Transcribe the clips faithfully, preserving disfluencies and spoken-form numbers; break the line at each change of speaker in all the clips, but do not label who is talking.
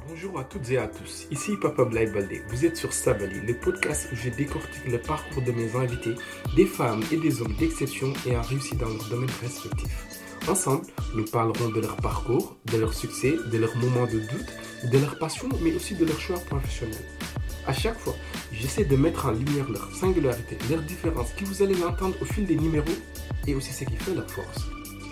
Bonjour à toutes et à tous, ici Papa Blay Baldé. Vous êtes sur Sabali, le podcast où je décortique le parcours de mes invités, des femmes et des hommes d'exception et ayant réussi dans leurs domaines respectifs. Ensemble, nous parlerons de leur parcours, de leur succès, de leurs moments de doute, de leur passion, mais aussi de leurs choix professionnels. À chaque fois, j'essaie de mettre en lumière leur singularité, leurs différences, que vous allez entendre au fil des numéros, et aussi ce qui fait leur force.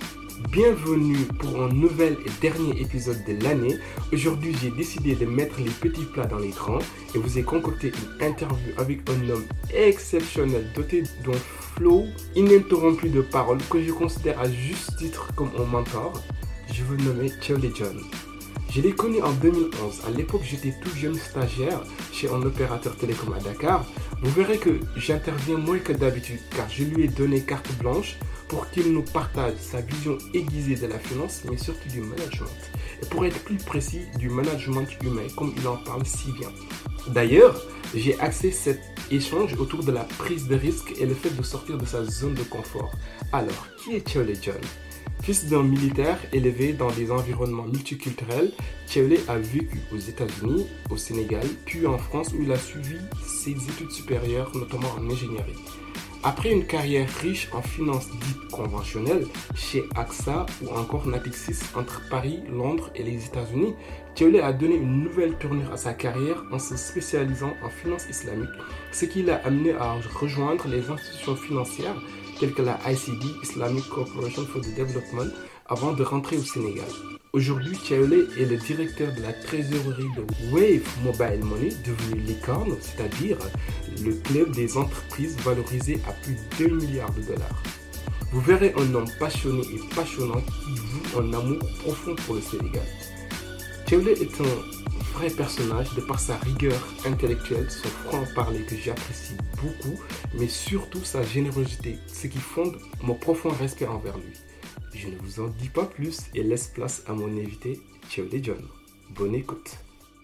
Bienvenue pour un nouvel et dernier épisode de l'année. Aujourd'hui, j'ai décidé de mettre les petits plats dans les grands et vous ai concocté une interview avec un homme exceptionnel doté d'un flow ininterrompu de paroles que je considère à juste titre comme un mentor. Je veux nommer Thiaolé John. Je l'ai connu en deux mille onze. À l'époque, j'étais tout jeune stagiaire chez un opérateur télécom à Dakar. Vous verrez que j'interviens moins que d'habitude car je lui ai donné carte blanche pour qu'il nous partage sa vision aiguisée de la finance, mais surtout du management. Et pour être plus précis, du management humain, comme il en parle si bien. D'ailleurs, j'ai axé cet échange autour de la prise de risque et le fait de sortir de sa zone de confort. Alors, qui est Thiaolé John ? Fils d'un militaire élevé dans des environnements multiculturels, Thiaolé a vécu aux États-Unis, au Sénégal, puis en France où il a suivi ses études supérieures, notamment en ingénierie. Après une carrière riche en finances dites conventionnelles chez A X A ou encore Natixis entre Paris, Londres et les États-Unis, Thiaolé a donné une nouvelle tournure à sa carrière en se spécialisant en finance islamique, ce qui l'a amené à rejoindre les institutions financières telles que la I C B, Islamic Corporation for the Development, avant de rentrer au Sénégal. Aujourd'hui, Thiaolé est le directeur de la trésorerie de Wave Mobile Money, devenu licorne, c'est-à-dire le club des entreprises valorisées à plus de deux milliards de dollars. Vous verrez un homme passionné et passionnant qui voue un amour profond pour le Sénégal. Thiaolé est un vrai personnage de par sa rigueur intellectuelle, son franc-parler que j'apprécie beaucoup, mais surtout sa générosité, ce qui fonde mon profond respect envers lui. Je ne vous en dis pas plus et laisse place à mon invité, Thiaolé John. Bonne écoute.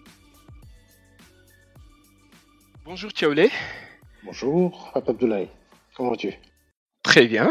Bonjour Thiaolé.
Bonjour, Papa Abdoulaye. Comment vas-tu?
Très bien.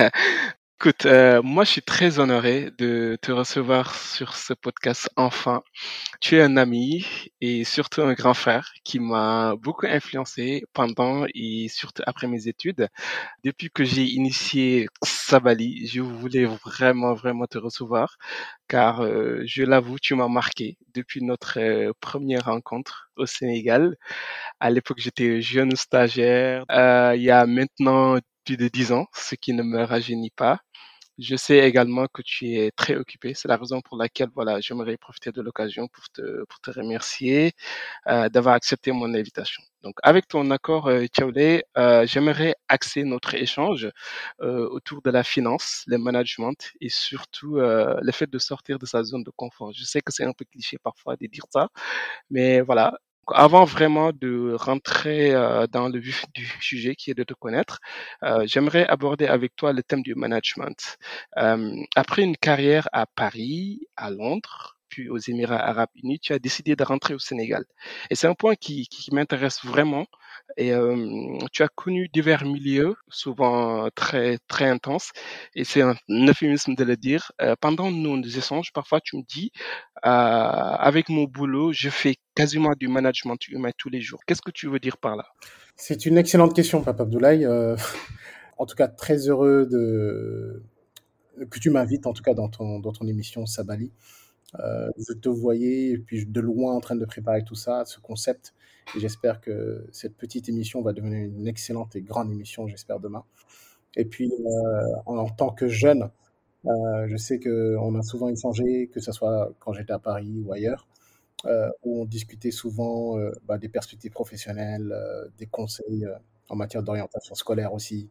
Écoute, euh, moi je suis très honoré de te recevoir sur ce podcast enfin. Tu es un ami et surtout un grand frère qui m'a beaucoup influencé pendant et surtout après mes études. Depuis que j'ai initié Sabali, je voulais vraiment, vraiment te recevoir car euh, je l'avoue, tu m'as marqué depuis notre euh, première rencontre au Sénégal. À l'époque, j'étais jeune stagiaire. Euh, il y a maintenant plus de dix ans, ce qui ne me rajeunit pas. Je sais également que tu es très occupé. C'est la raison pour laquelle, voilà, j'aimerais profiter de l'occasion pour te, pour te remercier euh, d'avoir accepté mon invitation. Donc, avec ton accord, euh, Thiaolé, euh, j'aimerais axer notre échange euh, autour de la finance, le management et surtout euh, le fait de sortir de sa zone de confort. Je sais que c'est un peu cliché parfois de dire ça, mais voilà. Avant vraiment de rentrer euh, dans le vif du sujet qui est de te connaître, euh, j'aimerais aborder avec toi le thème du management. Euh, après une carrière à Paris, à Londres, puis aux Émirats arabes unis, tu as décidé de rentrer au Sénégal. Et c'est un point qui, qui m'intéresse vraiment. Et euh, tu as connu divers milieux, souvent très très intenses. Et c'est un euphémisme de le dire. Euh, pendant nos échanges, parfois tu me dis, euh, avec mon boulot, je fais quasiment du management humain tous les jours. Qu'est-ce que tu veux dire par là?
C'est une excellente question, Papa Abdoulaye. Euh, en tout cas, très heureux de... que tu m'invites, en tout cas, dans ton, dans ton émission Sabali. Euh, je te voyais, et puis de loin, en train de préparer tout ça, ce concept. Et j'espère que cette petite émission va devenir une excellente et grande émission, j'espère, demain. Et puis, euh, en, en tant que jeune, euh, je sais qu'on a souvent échangé, que ce soit quand j'étais à Paris ou ailleurs, euh, où on discutait souvent euh, bah, des perspectives professionnelles, euh, des conseils euh, en matière d'orientation scolaire aussi.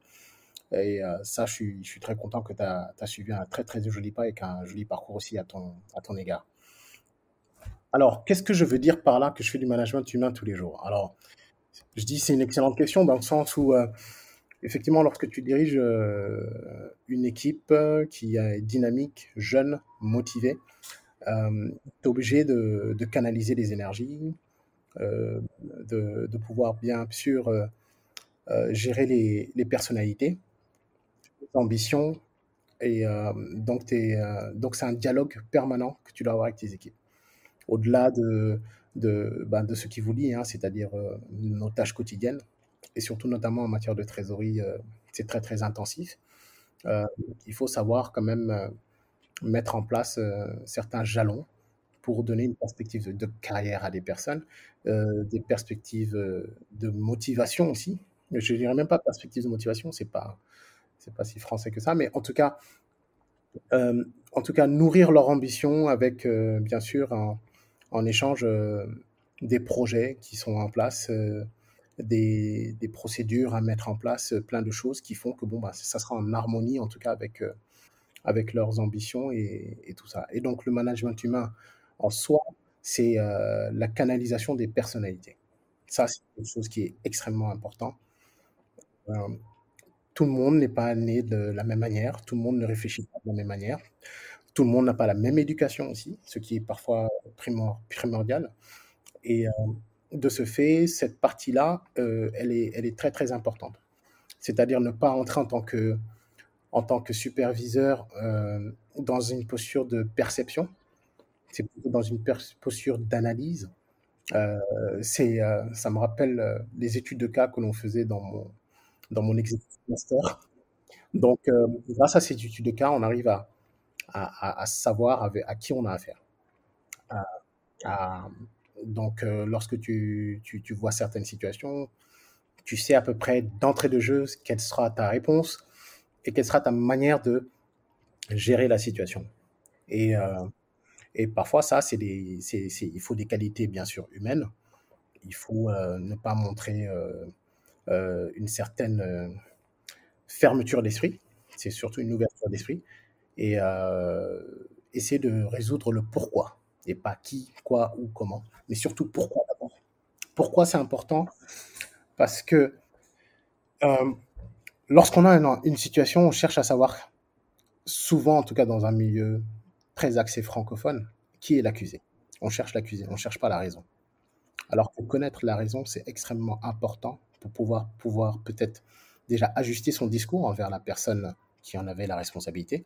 Et euh, ça, je suis, je suis très content que tu as suivi un très très joli pas et qu'un joli parcours aussi à ton, à ton égard. Alors, qu'est-ce que je veux dire par là que je fais du management humain tous les jours? Alors, je dis c'est une excellente question dans le sens où, euh, effectivement, lorsque tu diriges euh, une équipe euh, qui est dynamique, jeune, motivée, euh, tu es obligé de, de canaliser les énergies, euh, de, de pouvoir bien sûr euh, euh, gérer les, les personnalités, les ambitions. Et euh, donc, t'es, euh, donc, c'est un dialogue permanent que tu dois avoir avec tes équipes. au-delà de, de, ben, de ce qui vous lie, hein, c'est-à-dire euh, nos tâches quotidiennes, et surtout notamment en matière de trésorerie, euh, c'est très très intensif. Euh, il faut savoir quand même euh, mettre en place euh, certains jalons pour donner une perspective de, de carrière à des personnes, euh, des perspectives euh, de motivation aussi. Je dirais même pas perspective de motivation, c'est pas, c'est pas si français que ça, mais en tout cas, euh, en tout cas nourrir leur ambition avec, euh, bien sûr, en, en échange euh, des projets qui sont en place, euh, des, des procédures à mettre en place, euh, plein de choses qui font que bon, bah, ça sera en harmonie, en tout cas, avec, euh, avec leurs ambitions et, et tout ça. Et donc, le management humain en soi, c'est euh, la canalisation des personnalités. Ça, c'est quelque chose qui est extrêmement important. Euh, Tout le monde n'est pas né de la même manière, tout le monde ne réfléchit pas de la même manière, tout le monde n'a pas la même éducation aussi, ce qui est parfois primor- primordial. Et euh, de ce fait, cette partie-là, euh, elle est, elle est très très importante. C'est-à-dire ne pas entrer en tant que, en tant que superviseur euh, dans une posture de perception, c'est plutôt dans une pers- posture d'analyse. Euh, c'est, euh, ça me rappelle euh, les études de cas que l'on faisait dans mon, dans mon executive master. Donc, euh, grâce à ces études de cas, on arrive à, à, à- à savoir avec, à qui on a affaire. À- à- donc, euh, lorsque tu, tu, tu vois certaines situations, tu sais à peu près d'entrée de jeu quelle sera ta réponse et quelle sera ta manière de gérer la situation. Et, euh, et parfois, ça, c'est des, c'est, c'est- il faut des qualités, bien sûr, humaines. Il faut euh, ne pas montrer euh, euh, une certaine euh, fermeture d'esprit. C'est surtout une ouverture d'esprit. Et euh, essayer de résoudre le pourquoi. Et pas qui, quoi ou comment. Mais surtout pourquoi d'abord. Pourquoi c'est important? Parce que euh, lorsqu'on a une, une situation, on cherche à savoir, souvent en tout cas dans un milieu très axé francophone, qui est l'accusé. On cherche l'accusé, on ne cherche pas la raison. Alors que connaître la raison, c'est extrêmement important pour pouvoir, pouvoir peut-être déjà ajuster son discours envers la personne qui en avait la responsabilité,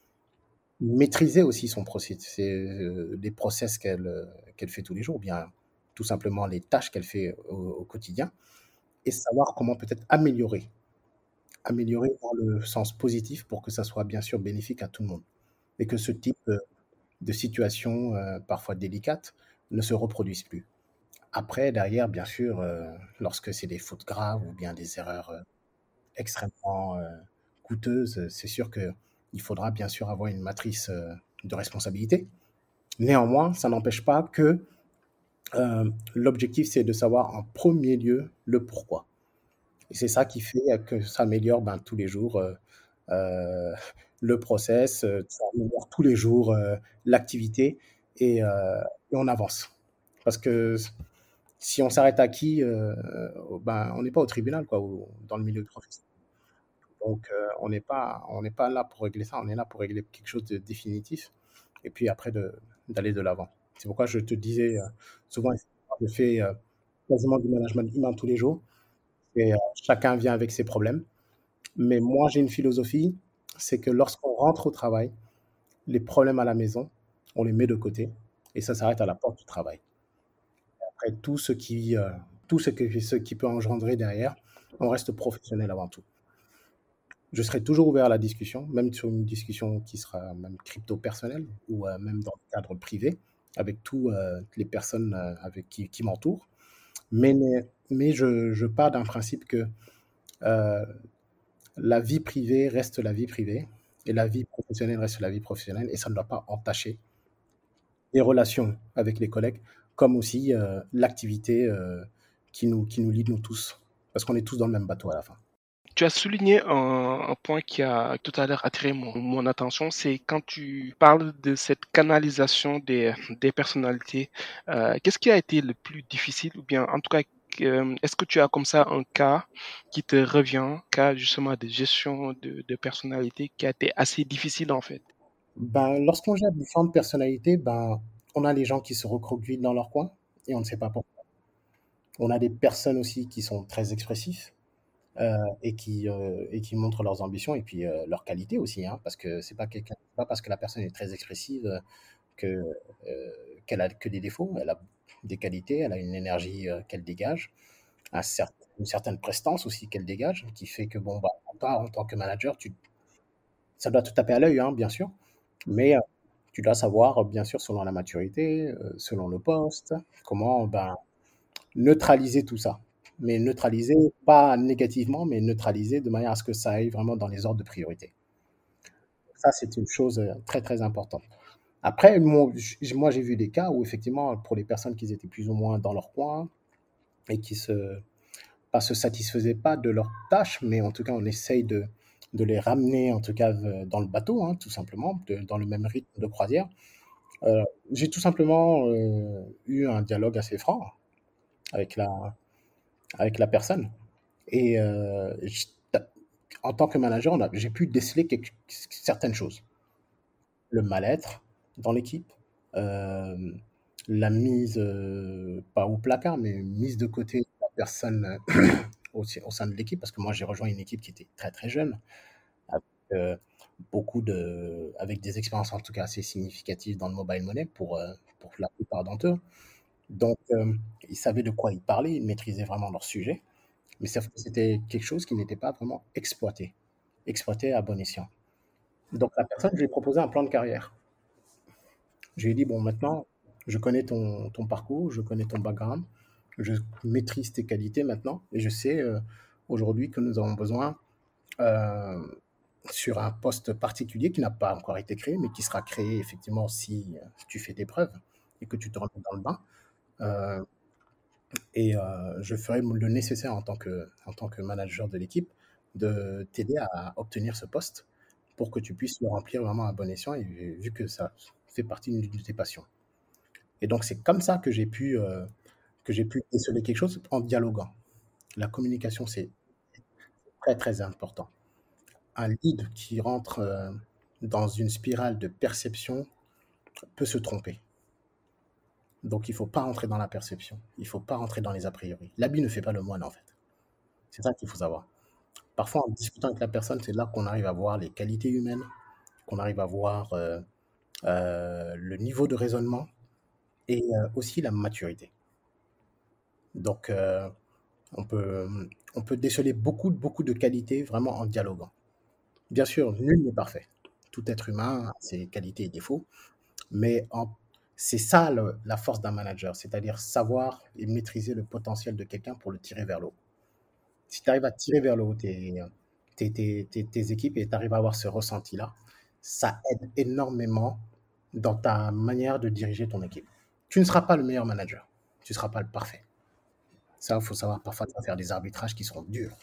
maîtriser aussi son process, c'est, euh, les process qu'elle euh, qu'elle fait tous les jours, ou bien tout simplement les tâches qu'elle fait au, au quotidien, et savoir comment peut-être améliorer, améliorer dans le sens positif pour que ça soit bien sûr bénéfique à tout le monde, et que ce type euh, de situation euh, parfois délicate ne se reproduise plus. Après, derrière, bien sûr, euh, lorsque c'est des fautes graves ou bien des erreurs euh, extrêmement euh, coûteuses, c'est sûr que il faudra bien sûr avoir une matrice euh, de responsabilité. Néanmoins, ça n'empêche pas que euh, l'objectif, c'est de savoir en premier lieu le pourquoi. Et c'est ça qui fait euh, que ça améliore ben, tous les jours euh, euh, le process, euh, ça améliore tous les jours euh, l'activité et, euh, et on avance. Parce que si on s'arrête à qui, euh, ben, on n'est pas au tribunal, quoi, ou dans le milieu professionnel. Donc, euh, on n'est pas, on n'est pas là pour régler ça, on est là pour régler quelque chose de définitif et puis après de, d'aller de l'avant. C'est pourquoi je te disais, euh, souvent, je fais euh, quasiment du management humain tous les jours et euh, chacun vient avec ses problèmes. Mais moi, j'ai une philosophie, c'est que lorsqu'on rentre au travail, les problèmes à la maison, on les met de côté et ça s'arrête à la porte du travail. Après, tout ce qui, euh, tout ce, que, ce qui peut engendrer derrière, on reste professionnel avant tout. Je serai toujours ouvert à la discussion, même sur une discussion qui sera même crypto-personnelle ou euh, même dans le cadre privé, avec toutes euh, les personnes euh, avec qui, qui m'entourent. Mais, mais je, je pars d'un principe que euh, la vie privée reste la vie privée et la vie professionnelle reste la vie professionnelle et ça ne doit pas entacher les relations avec les collègues comme aussi euh, l'activité euh, qui, nous, qui nous lie nous tous. Parce qu'on est tous dans le même bateau à la fin.
Tu as souligné un, un point qui a tout à l'heure attiré mon, mon attention, c'est quand tu parles de cette canalisation des, des personnalités. Euh, qu'est-ce qui a été le plus difficile, ou bien en tout cas, euh, est-ce que tu as comme ça un cas qui te revient, cas justement de gestion de, de personnalité qui a été assez difficile en fait?
Ben, lorsqu'on gère différentes personnalités, ben, on a les gens qui se recroquevillent dans leur coin et on ne sait pas pourquoi. On a des personnes aussi qui sont très expressifs euh, et, qui, euh, et qui montrent leurs ambitions et puis euh, leurs qualités aussi, hein, parce que c'est pas quelqu'un, c'est pas parce que la personne est très expressive euh, que, euh, qu'elle a que des défauts, elle a des qualités, elle a une énergie euh, qu'elle dégage, un cer- une certaine prestance aussi qu'elle dégage, qui fait que, bon, bah, toi, en tant que manager, tu, ça doit te taper à l'œil, hein, bien sûr, mais euh, tu dois savoir, euh, bien sûr, selon la maturité, euh, selon le poste, comment ben, neutraliser tout ça. Mais neutraliser, pas négativement, mais neutraliser de manière à ce que ça aille vraiment dans les ordres de priorité. Ça, c'est une chose euh, très, très importante. Après, moi, j- moi, j'ai vu des cas où, effectivement, pour les personnes qui étaient plus ou moins dans leur coin et qui se, pas se satisfaisaient pas de leurs tâches, mais en tout cas, on essaye de, de les ramener, en tout cas, euh, dans le bateau, hein, tout simplement, de- dans le même rythme de croisière. Euh, j'ai tout simplement euh, eu un dialogue assez franc avec la, avec la personne. Et euh, j- en tant que manager, on a- j'ai pu déceler quelque- certaines choses. Le mal-être dans l'équipe, euh, la mise, euh, pas au placard, mais mise de côté de la personne euh, au, au sein de l'équipe, parce que moi j'ai rejoint une équipe qui était très très jeune, avec, euh, beaucoup de, avec des expériences en tout cas assez significatives dans le mobile money pour, euh, pour la plupart d'entre eux. Donc euh, ils savaient de quoi ils parlaient, ils maîtrisaient vraiment leur sujet, mais sauf que c'était quelque chose qui n'était pas vraiment exploité, exploité à bon escient. Donc la personne, je lui ai proposé un plan de carrière. Je lui ai dit, bon, maintenant, je connais ton, ton parcours, je connais ton background, je maîtrise tes qualités maintenant, et je sais euh, aujourd'hui que nous avons besoin, euh, sur un poste particulier qui n'a pas encore été créé, mais qui sera créé effectivement si, euh, si tu fais tes preuves et que tu te remets dans le bain. Euh, et euh, je ferai le nécessaire en tant que, en tant que manager de l'équipe de t'aider à obtenir ce poste pour que tu puisses le remplir vraiment à bon escient, et vu que ça fait partie d'une de tes passions. Et donc, c'est comme ça que j'ai pu, euh, que j'ai pu déceler quelque chose en dialoguant. La communication, c'est très, très important. Un lead qui rentre euh, dans une spirale de perception peut se tromper. Donc, il ne faut pas rentrer dans la perception. Il ne faut pas rentrer dans les a priori. L'habit ne fait pas le moine, en fait. C'est ça qu'il faut savoir. Parfois, en discutant avec la personne, c'est là qu'on arrive à voir les qualités humaines, qu'on arrive à voir euh, euh, le niveau de raisonnement et euh, aussi la maturité. Donc, euh, On peut, on peut déceler beaucoup, beaucoup de qualités vraiment en dialoguant. Bien sûr, nul n'est parfait. Tout être humain a ses qualités et défauts, mais en- c'est ça le- la force d'un manager, c'est-à-dire savoir et maîtriser le potentiel de quelqu'un pour le tirer vers le haut. Si tu arrives à tirer vers le haut tes, tes, tes- tes- tes équipes et tu arrives à avoir ce ressenti-là, ça aide énormément dans ta manière de diriger ton équipe. Tu ne seras pas le meilleur manager, tu ne seras pas le parfait. Ça, il faut savoir, parfois, tu vas faire des arbitrages qui seront durs.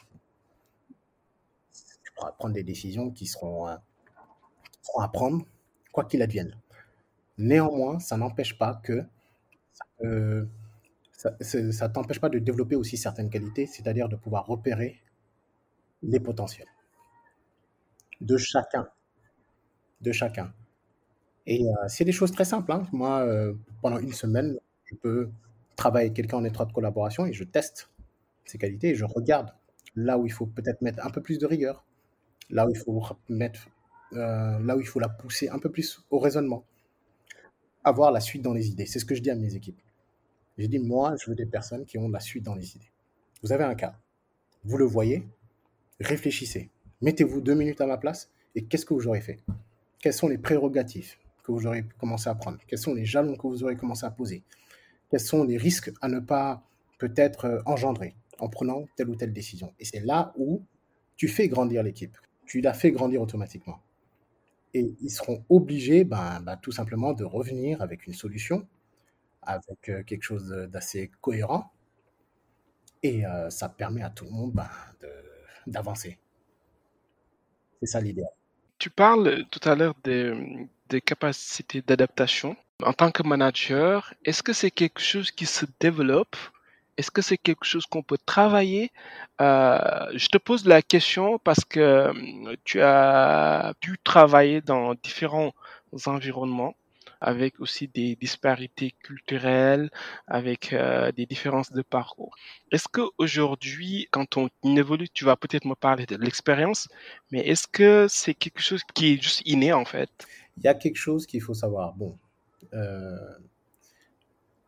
Tu pourras prendre des décisions qui seront, euh, qui seront à prendre, quoi qu'il advienne. Néanmoins, ça n'empêche pas que euh, ça, c'est- ça t'empêche pas de développer aussi certaines qualités, c'est-à-dire de pouvoir repérer les potentiels de chacun, de chacun. Et euh, c'est des choses très simples, hein. Moi, euh, pendant une semaine, je peux travailler avec quelqu'un en étroite collaboration et je teste ses qualités et je regarde là où il faut peut-être mettre un peu plus de rigueur, là où il faut mettre, euh, là où il faut la pousser un peu plus au raisonnement, avoir la suite dans les idées. C'est ce que je dis à mes équipes. J'ai dit, moi, je veux des personnes qui ont la suite dans les idées. Vous avez un cas, vous le voyez, réfléchissez. Mettez-vous deux minutes à ma place et qu'est-ce que vous aurez fait? Quels sont les prérogatives que vous aurez commencé à prendre? Quels sont les jalons que vous aurez commencé à poser? Quels sont les risques à ne pas peut-être euh, engendrer en prenant telle ou telle décision? Et c'est là où tu fais grandir l'équipe. Tu la fais grandir automatiquement. Et ils seront obligés, ben, ben, tout simplement, de revenir avec une solution, avec euh, quelque chose d'assez cohérent. Et euh, ça permet à tout le monde, ben, de- d'avancer. C'est ça l'idée.
Tu parles tout à l'heure des, des capacités d'adaptation. En tant que manager, est-ce que c'est quelque chose qui se développe? Est-ce que c'est quelque chose qu'on peut travailler? Euh, je te pose la question parce que hum, tu as pu travailler dans différents environnements avec aussi des disparités culturelles, avec euh, des différences de parcours. Est-ce qu'aujourd'hui, quand on évolue, tu vas peut-être me parler de l'expérience, mais est-ce que c'est quelque chose qui est juste inné en fait?
Il y a quelque chose qu'il faut savoir. Bon, euh,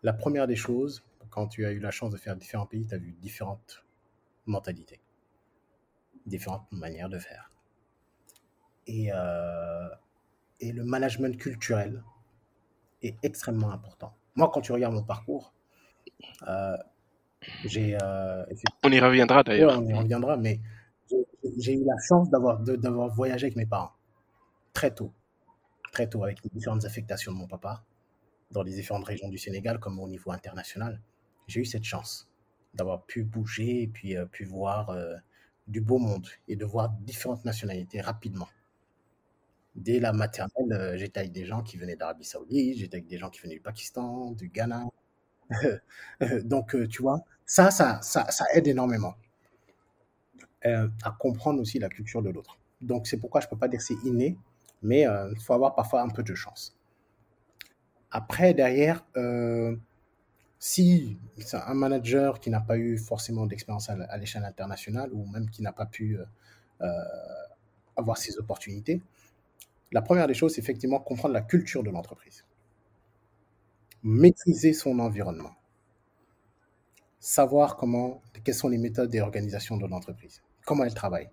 La première des choses, quand tu as eu la chance de faire différents pays, tu as vu différentes mentalités, différentes manières de faire. Et, euh, et le management culturel est extrêmement important. Moi, quand tu regardes mon parcours, euh, j'ai... euh,
On y reviendra
ouais,
d'ailleurs.
on y reviendra, mais j'ai j'ai eu la chance d'avoir de- d'avoir voyagé avec mes parents très tôt, très tôt, avec les différentes affectations de mon papa dans les différentes régions du Sénégal, comme au niveau international. J'ai eu cette chance d'avoir pu bouger et puis euh, pu voir euh, du beau monde et de voir différentes nationalités rapidement. Dès la maternelle, euh, j'étais avec des gens qui venaient d'Arabie Saoudite, j'étais avec des gens qui venaient du Pakistan, du Ghana. Donc, euh, tu vois, ça, ça, ça, ça aide énormément euh, à comprendre aussi la culture de l'autre. Donc, c'est pourquoi je ne peux pas dire que c'est inné, mais il euh, faut avoir parfois un peu de chance. Après, derrière, euh, si c'est un manager qui n'a pas eu forcément d'expérience à, à l'échelle internationale ou même qui n'a pas pu euh, euh, avoir ces opportunités, la première des choses, c'est effectivement comprendre la culture de l'entreprise, maîtriser son environnement, savoir comment, quelles sont les méthodes et organisations de l'entreprise, comment elle travaille,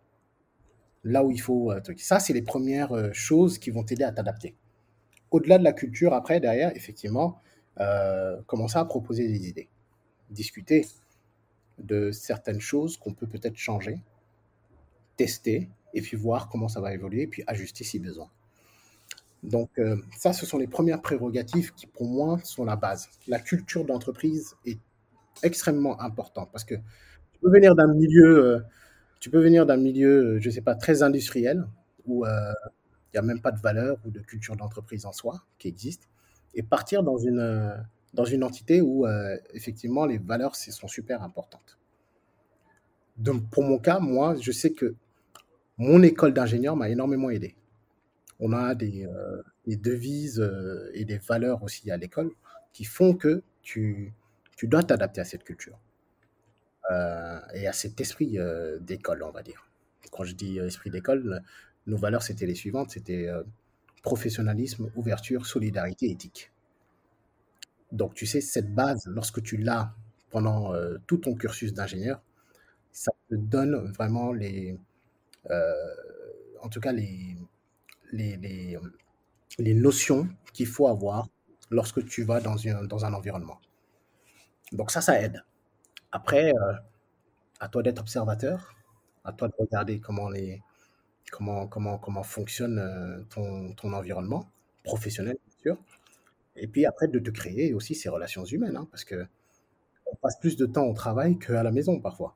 là où il faut. Euh, truc. Ça, c'est les premières euh, choses qui vont t'aider à t'adapter. Au-delà de la culture, après, derrière, effectivement, euh, commencer à proposer des idées, discuter de certaines choses qu'on peut peut-être changer, tester, et puis voir comment ça va évoluer, et puis ajuster si besoin. Donc, euh, ça, ce sont les premières prérogatives qui, pour moi, sont la base. La culture d'entreprise est extrêmement importante parce que tu peux venir d'un milieu, euh, tu peux venir d'un milieu, euh, je ne sais pas, très industriel, où euh, il n'y a même pas de valeur ou de culture d'entreprise en soi qui existe, et partir dans une, euh, dans une entité où, euh, effectivement, les valeurs c'est- sont super importantes. Donc, pour mon cas, moi, je sais que mon école d'ingénieur m'a énormément aidé. On a des, euh, des devises euh, et des valeurs aussi à l'école qui font que tu, tu dois t'adapter à cette culture euh, et à cet esprit euh, d'école, on va dire. Quand je dis euh, esprit d'école, nos valeurs, c'était les suivantes, c'était euh, professionnalisme, ouverture, solidarité, éthique. Donc, tu sais, cette base, lorsque tu l'as pendant euh, tout ton cursus d'ingénieur, ça te donne vraiment les, euh, en tout cas les, les, les, les notions qu'il faut avoir lorsque tu vas dans, une, dans un environnement. Donc ça, ça aide. Après, euh, à toi d'être observateur, à toi de regarder comment, les, comment, comment, comment fonctionne euh, ton, ton environnement professionnel, bien sûr. Et puis après, de te créer aussi ces relations humaines, hein, parce que on passe plus de temps au travail qu'à la maison parfois.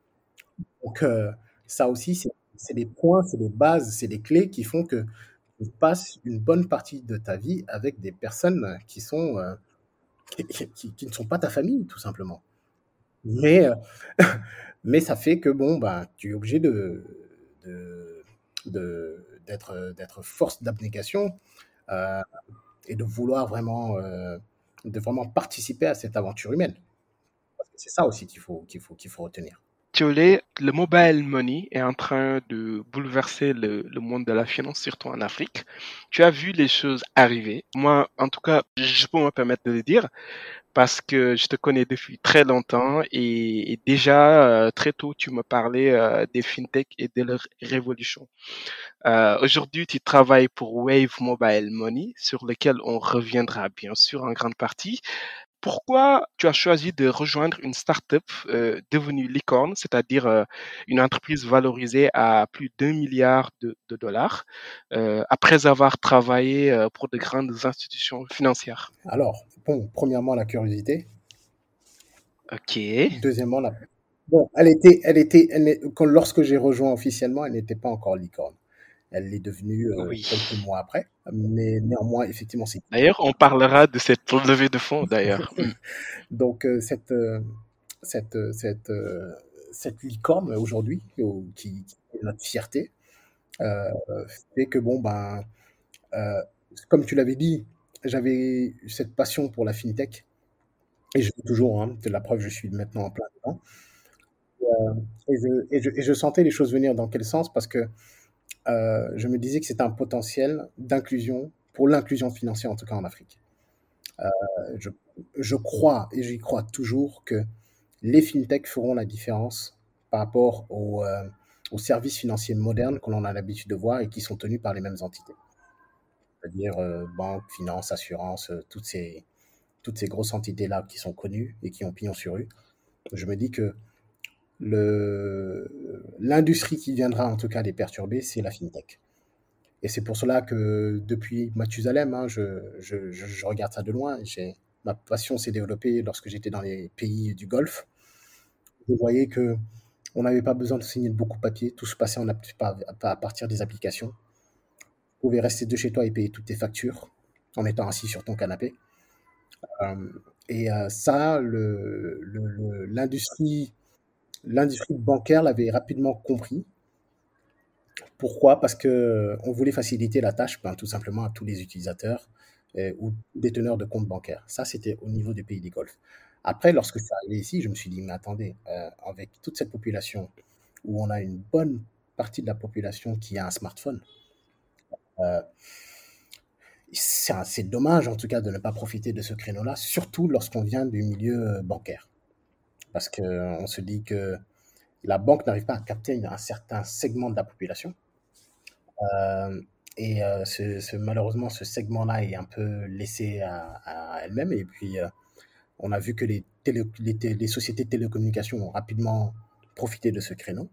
Donc euh, ça aussi, c'est c'est des points, c'est des bases, c'est des clés qui font que tu passes une bonne partie de ta vie avec des personnes qui sont euh, qui, qui- qui ne sont pas ta famille, tout simplement. Mais, euh, mais ça fait que bon, ben, tu es obligé de, de, de- d'être, d'être force d'abnégation euh, et de vouloir vraiment, euh, de vraiment participer à cette aventure humaine. C'est ça aussi qu'il faut, qu'il faut, qu'il faut retenir.
Thiolé, le mobile money est en train de bouleverser le, le monde de la finance, surtout en Afrique. Tu as vu les choses arriver. Moi, en tout cas, je peux me permettre de le dire parce que je te connais depuis très longtemps et, et déjà euh, très tôt, tu me parlais euh, des fintech et de leur révolution. Euh, aujourd'hui, tu travailles pour Wave Mobile Money, sur lequel on reviendra bien sûr en grande partie. Pourquoi tu as choisi de rejoindre une start-up euh, devenue licorne, c'est-à-dire euh, une entreprise valorisée à plus d'un milliard de, de dollars, euh, après avoir travaillé euh, pour de grandes institutions financières?
Alors, bon, premièrement, la curiosité.
Ok,
Deuxièmement, la... bon, elle était, elle était, elle n'est- quand, lorsque j'ai rejoint officiellement, elle n'était pas encore licorne. Elle l'est devenue euh,
oui.
quelques mois après. Mais néanmoins, effectivement, c'est
D'ailleurs, on parlera de cette levée de fonds, d'ailleurs. Hmm.
donc euh, cette, euh, cette, euh, cette, euh, cette licorne aujourd'hui, euh, qui, qui est notre fierté, euh, fait que bon, ben, euh, comme tu l'avais dit, j'avais cette passion pour la fintech et je l'ai toujours, hein, c'est la preuve, je suis maintenant en plein dedans. Et je, et, je, et je sentais les choses venir dans quel sens parce que euh, je me disais que c'était un potentiel d'inclusion pour l'inclusion financière, en tout cas en Afrique. Euh, je, je crois, et j'y crois toujours, que les fintechs feront la différence par rapport aux, euh, aux services financiers modernes que l'on a l'habitude de voir et qui sont tenus par les mêmes entités. C'est-à-dire euh, banque, finance, assurance, euh, toutes ces, toutes ces grosses entités-là qui sont connues et qui ont pignon sur rue. Je me dis que le, l'industrie qui viendra en tout cas les perturber, c'est la fintech. Et c'est pour cela que depuis Mathusalem, hein, je, je, je, je regarde ça de loin. J'ai, ma passion s'est développée lorsque j'étais dans les pays du Golfe. Je voyais que on n'avait pas besoin de signer de beaucoup de papiers, tout se passait en, à partir des applications. Tu pouvais rester de chez toi et payer toutes tes factures en étant assis sur ton canapé. Euh, et euh, ça, le, le, le, l'industrie, l'industrie bancaire l'avait rapidement compris. Pourquoi? Parce que on voulait faciliter la tâche, ben, tout simplement à tous les utilisateurs euh, ou déteneurs de comptes bancaires. Ça, c'était au niveau des pays des Golfe. Après, lorsque c'est arrivé ici, je me suis dit, mais attendez, euh, avec toute cette population, où on a une bonne partie de la population qui a un smartphone, euh, c'est, c'est dommage en tout cas de ne pas profiter de ce créneau-là, surtout lorsqu'on vient du milieu euh, bancaire. Parce qu'on se dit que la banque n'arrive pas à capter un certain segment de la population. Euh, et euh, ce, ce- malheureusement, ce segment-là est un peu laissé à, à elle-même. Et puis, euh, on a vu que les, télé, les, té- les sociétés de télécommunications ont rapidement profité de ce créneau.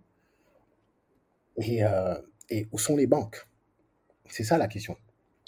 Et, euh, et où sont les banques? C'est ça la question.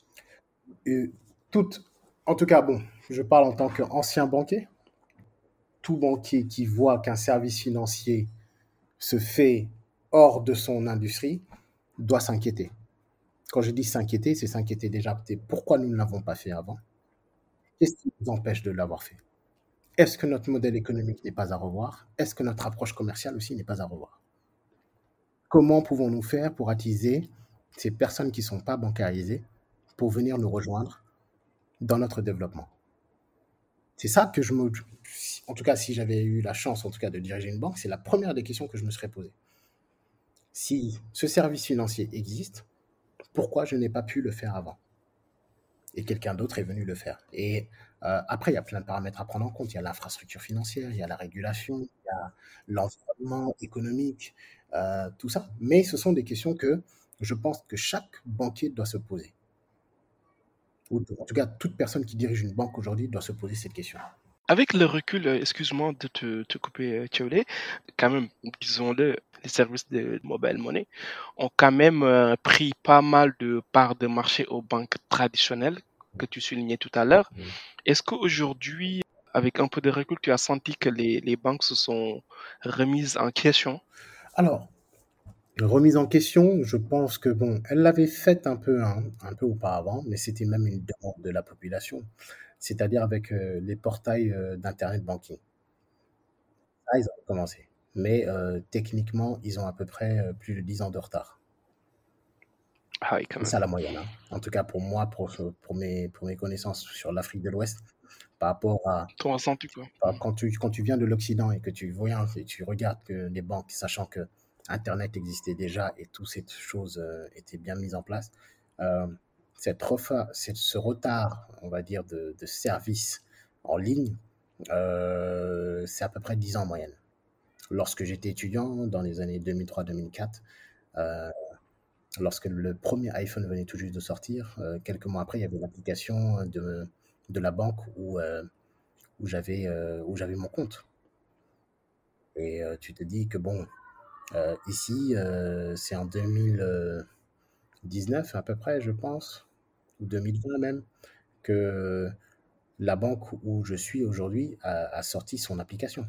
Et toutes, en tout cas, bon, je parle en tant qu'ancien banquier. Tout banquier qui voit qu'un service financier se fait hors de son industrie doit s'inquiéter. Quand je dis s'inquiéter, c'est s'inquiéter déjà pourquoi nous ne l'avons pas fait avant. Qu'est-ce qui nous empêche de l'avoir fait? Est-ce que notre modèle économique n'est pas à revoir? Est-ce que notre approche commerciale aussi n'est pas à revoir? Comment pouvons-nous faire pour attiser ces personnes qui ne sont pas bancarisées pour venir nous rejoindre dans notre développement? C'est ça que je me... En tout cas, si j'avais eu la chance, en tout cas, de diriger une banque, c'est la première des questions que je me serais posée. Si ce service financier existe, pourquoi je n'ai pas pu le faire avant? Et quelqu'un d'autre est venu le faire. Et euh, après, il y a plein de paramètres à prendre en compte. Il y a l'infrastructure financière, il y a la régulation, il y a l'environnement économique, euh, tout ça. Mais ce sont des questions que je pense que chaque banquier doit se poser. Ou en tout cas, toute personne qui dirige une banque aujourd'hui doit se poser cette question.
Avec le recul, euh, excuse-moi de te, te couper, euh, Thiaulé, quand même, disons-le, les services de mobile money ont quand même euh, pris pas mal de parts de marché aux banques traditionnelles que tu soulignais tout à l'heure.
Mmh.
Est-ce qu'aujourd'hui, avec un peu de recul, tu as senti que les, les banques se sont remises en question?
Alors, remise en question, je pense que bon, elle l'avait faite un peu, hein, un peu auparavant, mais c'était même une demande de la population, c'est-à-dire avec euh, les portails euh, d'internet banking. Ça, ils ont commencé. Mais euh, techniquement, ils ont à peu près euh, plus de dix ans de retard.
Ah oui, quand
C'est
même.
ça la moyenne, hein. En tout cas, pour moi, pour, pour, mes, pour mes connaissances sur l'Afrique de l'Ouest, par rapport à,
Ton ressenti, quoi.
à quand, tu, quand tu viens de l'Occident et que tu vois et tu regardes que les banques, sachant que Internet existait déjà et toutes ces choses euh, étaient bien mises en place, euh, cette refa, cette, ce retard, on va dire, de, de service en ligne, euh, c'est à peu près dix ans en moyenne. Lorsque j'étais étudiant, dans les années deux mille trois deux mille quatre, euh, lorsque le premier iPhone venait tout juste de sortir, euh, quelques mois après, il y avait l'application de, de la banque où, euh, où j'avais euh, où j'avais mon compte. Et euh, tu te dis que bon, euh, ici, euh, c'est en deux mille dix-neuf à peu près, je pense, ou deux mille vingt même, que la banque où je suis aujourd'hui a, a sorti son application.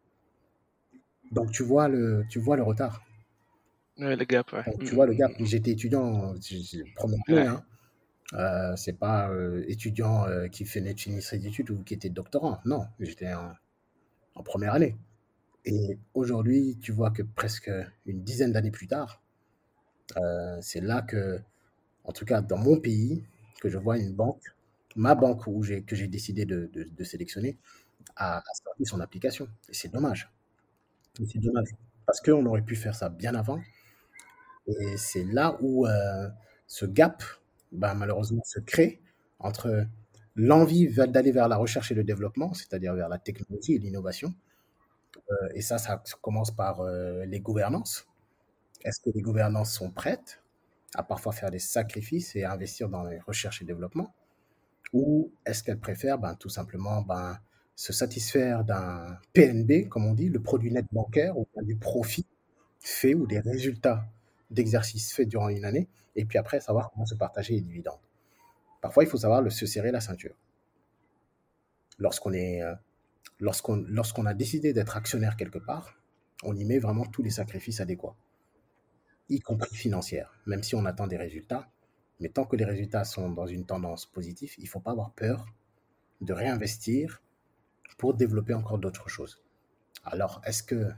Donc tu vois le, tu vois le retard.
Ouais, le gap, ouais.
Donc, tu
Mm,
vois le
mm,
gap. J'étais étudiant, j'ai- j'ai- première
mm.
année,
Ouais.
hein. Euh, c'est pas euh, étudiant euh, qui venait de finir ses études ou qui était doctorant. Non, j'étais en, en première année. Et aujourd'hui, tu vois que presque une dizaine d'années plus tard, euh, c'est là que, en tout cas dans mon pays, que je vois une banque, ma banque où j'ai, que j'ai décidé de, de- de sélectionner, a, a sorti son application. Et c'est dommage. Et c'est dommage. Parce qu'on aurait pu faire ça bien avant. Et c'est là où euh, ce gap, bah, malheureusement, se crée entre l'envie va- d'aller vers la recherche et le développement, c'est-à-dire vers la technologie et l'innovation. Euh, et ça, ça commence par euh, les gouvernances. Est-ce que les gouvernances sont prêtes à parfois faire des sacrifices et à investir dans les recherches et développement? Ou est-ce qu'elles préfèrent ben, tout simplement ben, se satisfaire d'un P N B, comme on dit, le produit net bancaire, ou bien du profit fait ou des résultats d'exercice faits durant une année, et puis après savoir comment se partager les dividendes. Parfois, il faut savoir le, se serrer la ceinture. Lorsqu'on est, euh, lorsqu'on, lorsqu'on a décidé d'être actionnaire quelque part, on y met vraiment tous les sacrifices adéquats, y compris financières, même si on attend des résultats. Mais tant que les résultats sont dans une tendance positive, il ne faut pas avoir peur de réinvestir pour développer encore d'autres choses. Alors, est-ce que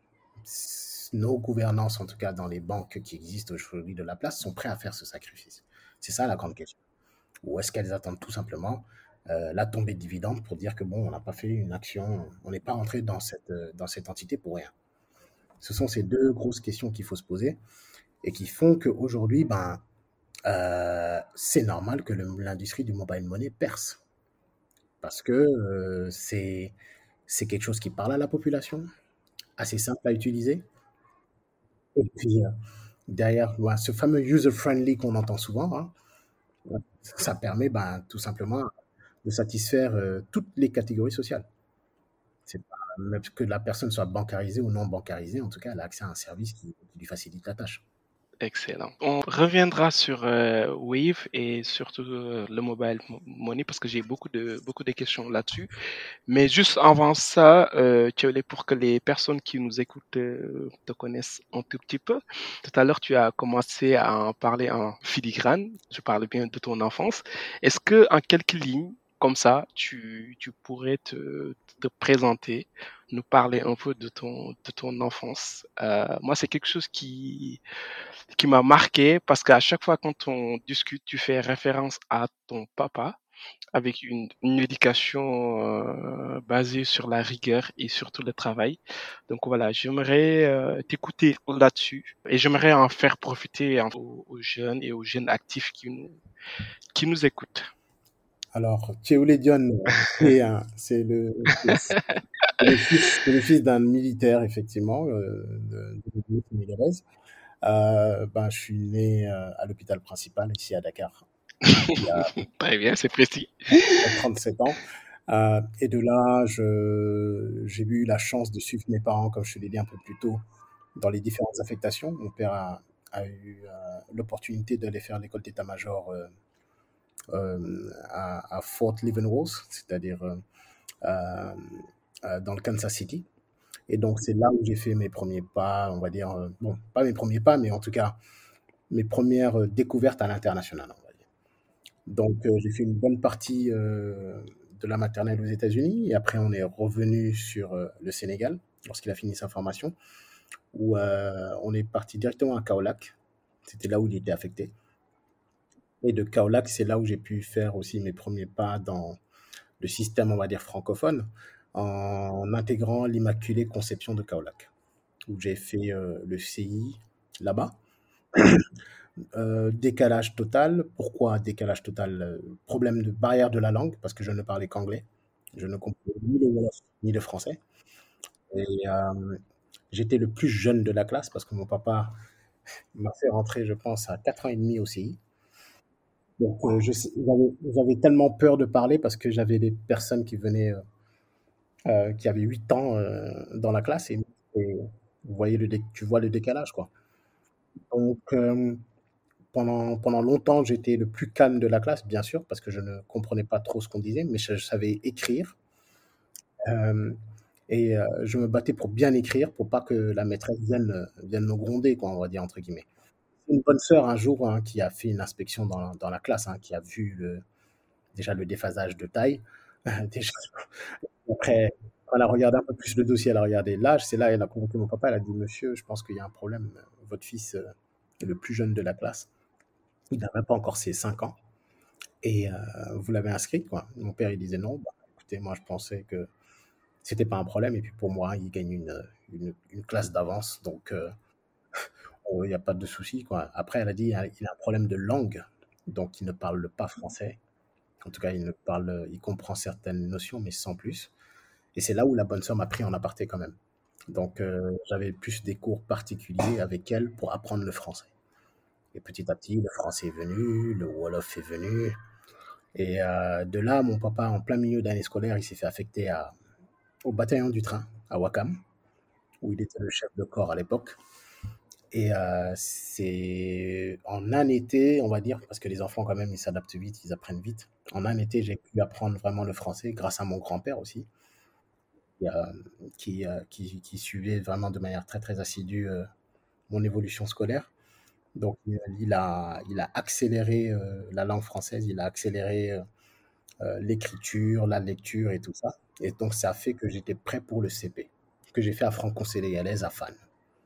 nos gouvernances, en tout cas dans les banques qui existent aujourd'hui de la place, sont prêts à faire ce sacrifice? C'est ça la grande question. Ou est-ce qu'elles attendent tout simplement euh, la tombée de dividendes pour dire que bon, on n'a pas fait une action, on n'est pas entré dans cette, euh, dans cette entité pour rien? Ce sont ces deux grosses questions qu'il faut se poser et qui font qu'aujourd'hui, ben, euh, c'est normal que le- l'industrie du mobile money perce. Parce que euh, c'est, c'est quelque chose qui parle à la population, assez simple à utiliser. Et puis, euh, derrière ouais, ce fameux user-friendly qu'on entend souvent, hein, ouais, ça permet ben, tout simplement de satisfaire euh, toutes les catégories sociales. C'est pas, même que la personne soit bancarisée ou non bancarisée, en tout cas, elle a accès à un service qui, qui lui facilite la tâche.
Excellent. On reviendra sur euh, Wave et surtout euh, le mobile mo- money parce que j'ai beaucoup de beaucoup de questions là-dessus. Mais juste avant ça, euh, tu voulais pour que les personnes qui nous écoutent euh, te connaissent un tout petit peu. Tout à l'heure, tu as commencé à en parler en filigrane. Je parle bien de ton enfance. Est-ce que en quelques lignes, comme ça, tu, tu pourrais te, te présenter, nous parler un peu de ton de ton enfance. Euh, moi, c'est quelque chose qui qui m'a marqué parce qu'à chaque fois quand on discute, tu fais référence à ton papa avec une, une éducation euh, basée sur la rigueur et surtout le travail. Donc voilà, j'aimerais euh, t'écouter là-dessus et j'aimerais en faire profiter en- aux, aux jeunes et aux jeunes actifs qui nous, qui nous écoutent.
Alors, Théoulé Dione, c'est un- c'est le, c'est le fils, c'est le fils d'un militaire, effectivement, euh, de, de l'Union sénégalaise. Euh, ben, je suis né euh, à l'hôpital principal, ici à Dakar, il y a
Très bien, c'est précis.
trente-sept ans. Euh, et de là, je, j'ai eu la chance de suivre mes parents, comme je te l'ai dit un peu plus tôt, dans les différentes affectations. Mon père a, a eu euh, l'opportunité d'aller faire l'école d'état-major euh, euh, à, à Fort Leavenworth, c'est-à-dire euh, euh, euh, dans le Kansas City. Et donc, c'est là où j'ai fait mes premiers pas, on va dire, euh, bon, pas mes premiers pas, mais en tout cas, mes premières euh, découvertes à l'international, on va dire. Donc, euh, j'ai fait une bonne partie euh, de la maternelle aux États-Unis. Et après, on est revenu sur euh, le Sénégal, lorsqu'il a fini sa formation, où euh, on est parti directement à Kaolack. C'était là où il était affecté. Et de Kaolack, c'est là où j'ai pu faire aussi mes premiers pas dans le système, on va dire, francophone, en intégrant l'Immaculée Conception de Kaolack, où j'ai fait euh, le C I là-bas. Euh, décalage total. Pourquoi décalage total? Euh, Problème de barrière de la langue, parce que je ne parlais qu'anglais. Je ne comprenais ni le wolof ni le français. Et euh, j'étais le plus jeune de la classe, parce que mon papa m'a fait rentrer, je pense, à quatre ans et demi au C I. Donc, euh, je sais- j'avais j'avais tellement peur de parler parce que j'avais des personnes qui venaient, euh, euh, qui avaient huit ans euh, dans la classe et, et vous voyez le dé- tu vois le décalage, quoi. Donc, euh, pendant, pendant longtemps, j'étais le plus calme de la classe, bien sûr, parce que je ne comprenais pas trop ce qu'on disait, mais je, je savais écrire. Euh, et euh, je me battais pour bien écrire, pour pas que la maîtresse vienne, euh, vienne me gronder, quoi, on va dire, entre guillemets. Une bonne sœur, un jour, hein, qui a fait une inspection dans, dans la classe, hein, qui a vu le, déjà le déphasage de taille. Déjà, après, quand elle a regardé un peu plus le dossier, elle a regardé l'âge, c'est là, elle a convoqué mon papa, elle a dit, monsieur, je pense qu'il y a un problème. Votre fils euh, est le plus jeune de la classe. Il n'a même pas encore ses cinq ans. Et euh, vous l'avez inscrit, quoi. Mon père, il disait non. Bah, écoutez, moi, je pensais que c'était pas un problème. Et puis pour moi, il gagne une, une, une classe d'avance. Donc, euh, oh, il n'y a pas de souci, quoi. Après, elle a dit, il a un problème de langue. Donc, il ne parle pas français. En tout cas, il ne parle, il comprend certaines notions, mais sans plus. Et c'est là où la bonne sœur m'a pris en aparté quand même. Donc, euh, j'avais plus des cours particuliers avec elle pour apprendre le français. Et petit à petit, le français est venu, le Wolof est venu. Et euh, de là, mon papa, en plein milieu d'année scolaire, il s'est fait affecter à, au bataillon du train, à Wakam, où il était le chef de corps à l'époque. Et euh, c'est en un été, on va dire, parce que les enfants, quand même, ils s'adaptent vite, ils apprennent vite. En un été, j'ai pu apprendre vraiment le français grâce à mon grand-père aussi, qui, euh, qui, euh, qui, qui suivait vraiment de manière très, très assidue euh, mon évolution scolaire. Donc, il il a, il a accéléré euh, la langue française, il a accéléré euh, euh, l'écriture, la lecture et tout ça. Et donc, ça a fait que j'étais prêt pour le C P, que j'ai fait à Franco-Sénégalaise à Fan.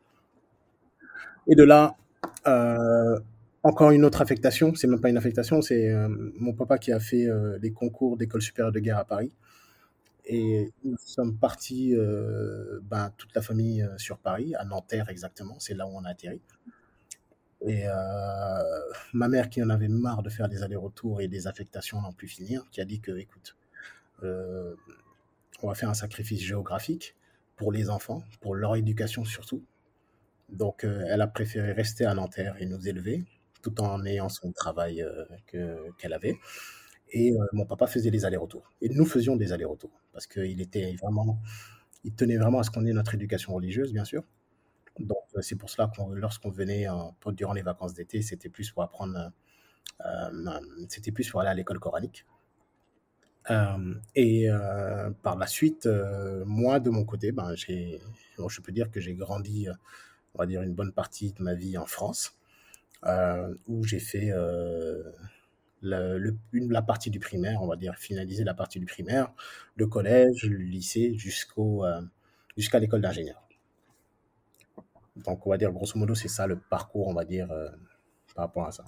Et de là, euh, encore une autre affectation, c'est même pas une affectation, c'est euh, mon papa qui a fait euh, les concours d'école supérieure de guerre à Paris. Et nous sommes partis, euh, ben, toute la famille euh, sur Paris, à Nanterre exactement, c'est là où on a atterri. Et euh, ma mère qui en avait marre de faire des allers-retours et des affectations n'en plus finir, qui a dit que, écoute, euh, on va faire un sacrifice géographique pour les enfants, pour leur éducation surtout. Donc, euh, elle a préféré rester à Nanterre et nous élever, tout en ayant son travail euh, que- qu'elle avait. Et euh, mon papa faisait les allers-retours. Et nous faisions des allers-retours, parce qu'il était vraiment, il tenait vraiment à ce qu'on ait notre éducation religieuse, bien sûr. Donc, euh, c'est pour cela que lorsqu'on venait euh, pour- durant les vacances d'été, c'était plus pour apprendre, euh, c'était plus pour aller à l'école coranique. Euh, et euh, par la suite, euh, moi, de mon côté, ben, j'ai, bon, je peux dire que j'ai grandi, euh, on va dire, une bonne partie de ma vie en France, euh, où j'ai fait euh, le- le- une, la partie du primaire, on va dire, finaliser la partie du primaire, le collège, le lycée, jusqu'au, euh, jusqu'à l'école d'ingénieur. Donc, on va dire, grosso modo, c'est ça le parcours, on va dire, euh, par rapport à ça.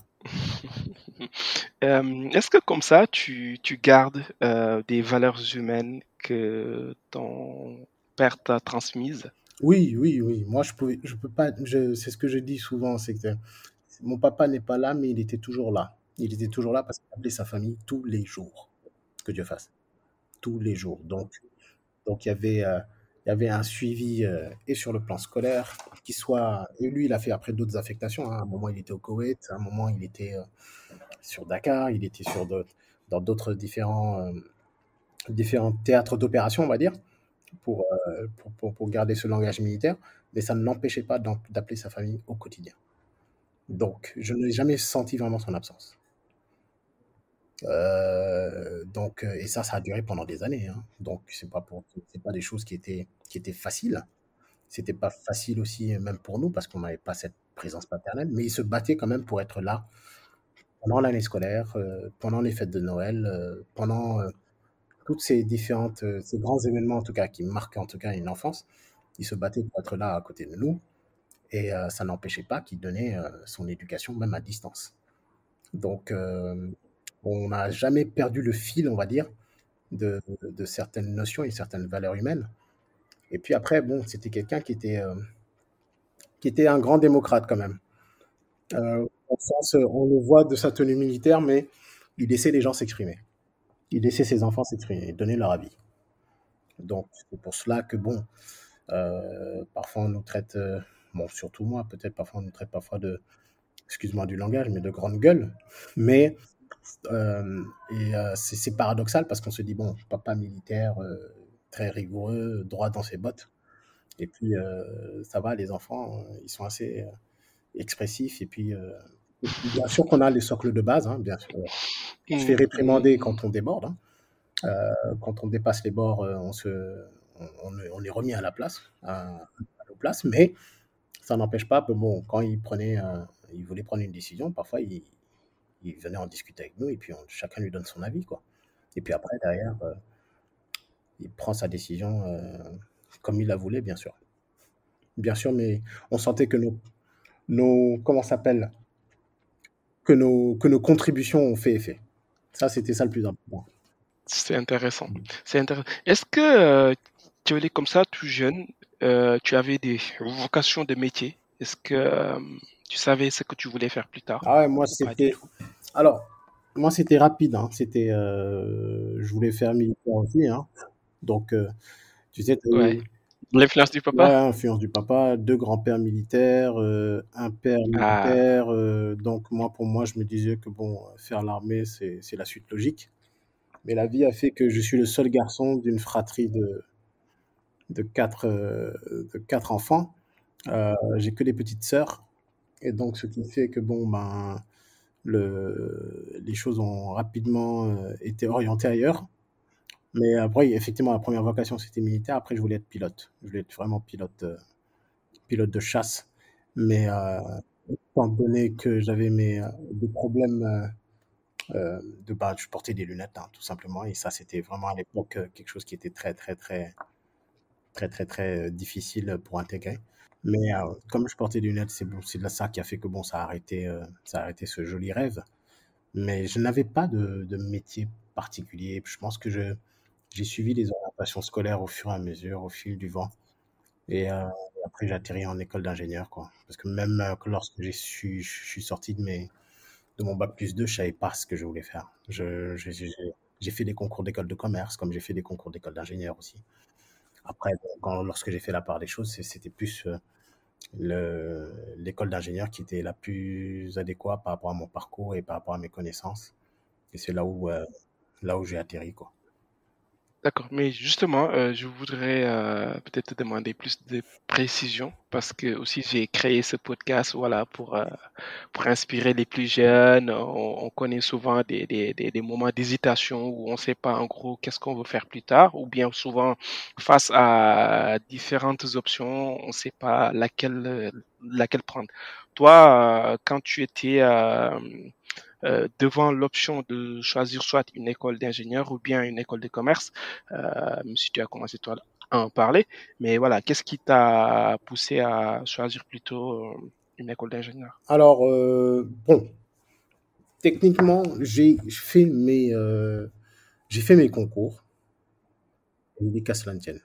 Euh, est-ce que comme ça, tu, tu gardes euh, des valeurs humaines que ton père t'a transmises?
Oui, oui, oui. Moi, je pouvais, je peux pas. Je, c'est ce que je dis souvent, c'est que mon papa n'est pas là, mais il était toujours là. Il était toujours là parce qu'il appelait sa famille tous les jours. Que Dieu fasse, tous les jours. Donc, donc il y avait, euh, il y avait un suivi euh, et sur le plan scolaire, qui soit. Et lui, il a fait après d'autres affectations, hein. À un moment, il était au Koweït. À un moment, il était euh, sur Dakar. Il était sur d'autres, dans d'autres différents, euh, différents théâtres d'opération, on va dire, pour, euh, pour, pour, pour garder ce langage militaire. Mais ça ne l'empêchait pas d'en- d'appeler sa famille au quotidien. Donc, je n'ai jamais senti vraiment son absence. Euh, donc, euh, et ça, ça a duré pendant des années, hein. Donc, c'est pas pour, c'est pas des choses qui étaient, qui étaient faciles. C'était pas facile aussi, euh, même pour nous, parce qu'on n'avait pas cette présence paternelle. Mais il se battait quand même pour être là pendant l'année scolaire, euh, pendant les fêtes de Noël, euh, pendant euh, toutes ces différentes, euh, ces grands événements en tout cas qui marquent en tout cas une enfance. Il se battait pour être là à côté de nous, et euh, ça n'empêchait pas qu'il donnait euh, son éducation même à distance. Donc, euh, on n'a jamais perdu le fil, on va dire, de, de certaines notions et certaines valeurs humaines. Et puis après, bon, c'était quelqu'un qui était, euh, qui était un grand démocrate quand même. Euh, au sens, euh, on le voit de sa tenue militaire, mais il laissait les gens s'exprimer. Il laissait ses enfants s'exprimer, donner leur avis. Donc, c'est pour cela que, bon, euh, parfois on nous traite, euh, bon, surtout moi, peut-être parfois on nous traite parfois de, excuse-moi du langage, mais de grande gueule. Mais Euh, et euh, c'est c'est paradoxal parce qu'on se dit, bon, papa militaire, euh, très rigoureux, droit dans ses bottes. Et puis, euh, ça va, les enfants, euh, ils sont assez euh, expressifs. Et puis, euh, et puis, bien sûr qu'on a les socles de base, hein, bien sûr. On se fait
Mm,
réprimander
mm,
quand on déborde, hein. Euh, quand on dépasse les bords, euh, on, se, on, on est on est remis à la place, à, à nos places. Mais ça n'empêche pas que, bon, quand il prenait, euh, il voulait prendre une décision, parfois, il, il venait en discuter avec nous et puis on- chacun lui donne son avis, quoi. Et puis après, derrière, euh, il prend sa décision euh, comme il la voulait, bien sûr. Bien sûr, mais on sentait que nos, nos comment ça s'appelle, que nos, que nos contributions ont fait effet. Ça, c'était ça le plus important.
c'est intéressant. C'est intéressant. Est-ce que euh, tu es comme ça, tout jeune, euh, tu avais des vocations de métier? Est-ce que euh, tu savais ce que tu voulais faire plus tard
Ah ouais, moi,
ou pas du
c'était.
tout?
Alors, moi, c'était rapide, hein. C'était, euh, je voulais faire militaire aussi, hein. Donc, euh, tu sais, t'as
Ouais.
eu,
L'influence du
ouais,
papa?
influence du papa, deux grands-pères militaires, euh, un père
Ah,
militaire. Euh, donc, moi, pour moi, je me disais que bon, faire l'armée, c'est, c'est la suite logique. Mais la vie a fait que je suis le seul garçon d'une fratrie de, de quatre, euh, de quatre enfants. Euh, j'ai que des petites sœurs. Et donc, ce qui fait que bon, ben, le, les choses ont rapidement euh, été orientées ailleurs. Mais après, effectivement, la première vocation, c'était militaire. Après, je voulais être pilote. Je voulais être vraiment pilote, euh, pilote de chasse. Mais euh, étant donné que j'avais mes, euh, des problèmes euh, euh, de bah, je portais des lunettes, hein, tout simplement. Et ça, c'était vraiment à l'époque euh, quelque chose qui était très, très, très, très, très, très euh, difficile pour intégrer. Mais euh, comme je portais des lunettes, c'est bon, c'est de ça qui a fait que bon, ça a arrêté, euh, ça a arrêté ce joli rêve. Mais je n'avais pas de, de métier particulier. Je pense que je, j'ai suivi les orientations scolaires au fur et à mesure, au fil du vent. Et euh, après, j'ai atterri en école d'ingénieur, quoi. Parce que même euh, que lorsque j'ai su, je suis sorti de mes, de mon bac plus deux, je savais pas ce que je voulais faire. Je, je- j'ai j'ai fait des concours d'école de commerce, comme j'ai fait des concours d'école d'ingénieur aussi. Après, bon, quand, lorsque j'ai fait la part des choses, c'est- c'était plus euh, le, l'école d'ingénieur qui était la plus adéquate par rapport à mon parcours et par rapport à mes connaissances. Et c'est là où, euh, là où j'ai atterri, quoi.
d'accord. Mais justement, euh, je voudrais euh, peut-être te demander plus de précision parce que aussi j'ai créé ce podcast, voilà, pour euh, pour inspirer les plus jeunes. On, on connaît souvent des, des, des, des moments d'hésitation où on ne sait pas en gros qu'est-ce qu'on veut faire plus tard, ou bien souvent face à différentes options, on ne sait pas laquelle euh, laquelle prendre. Toi, euh, quand tu étais euh, euh, devant l'option de choisir soit une école d'ingénieur ou bien une école de commerce, euh, même si tu as commencé toi à en parler, mais voilà, qu'est-ce qui t'a poussé à choisir plutôt euh, une école d'ingénieur?
Alors, euh, bon, techniquement, j'ai fait mes, euh, j'ai fait mes concours. Il qu'à cela ne tienne.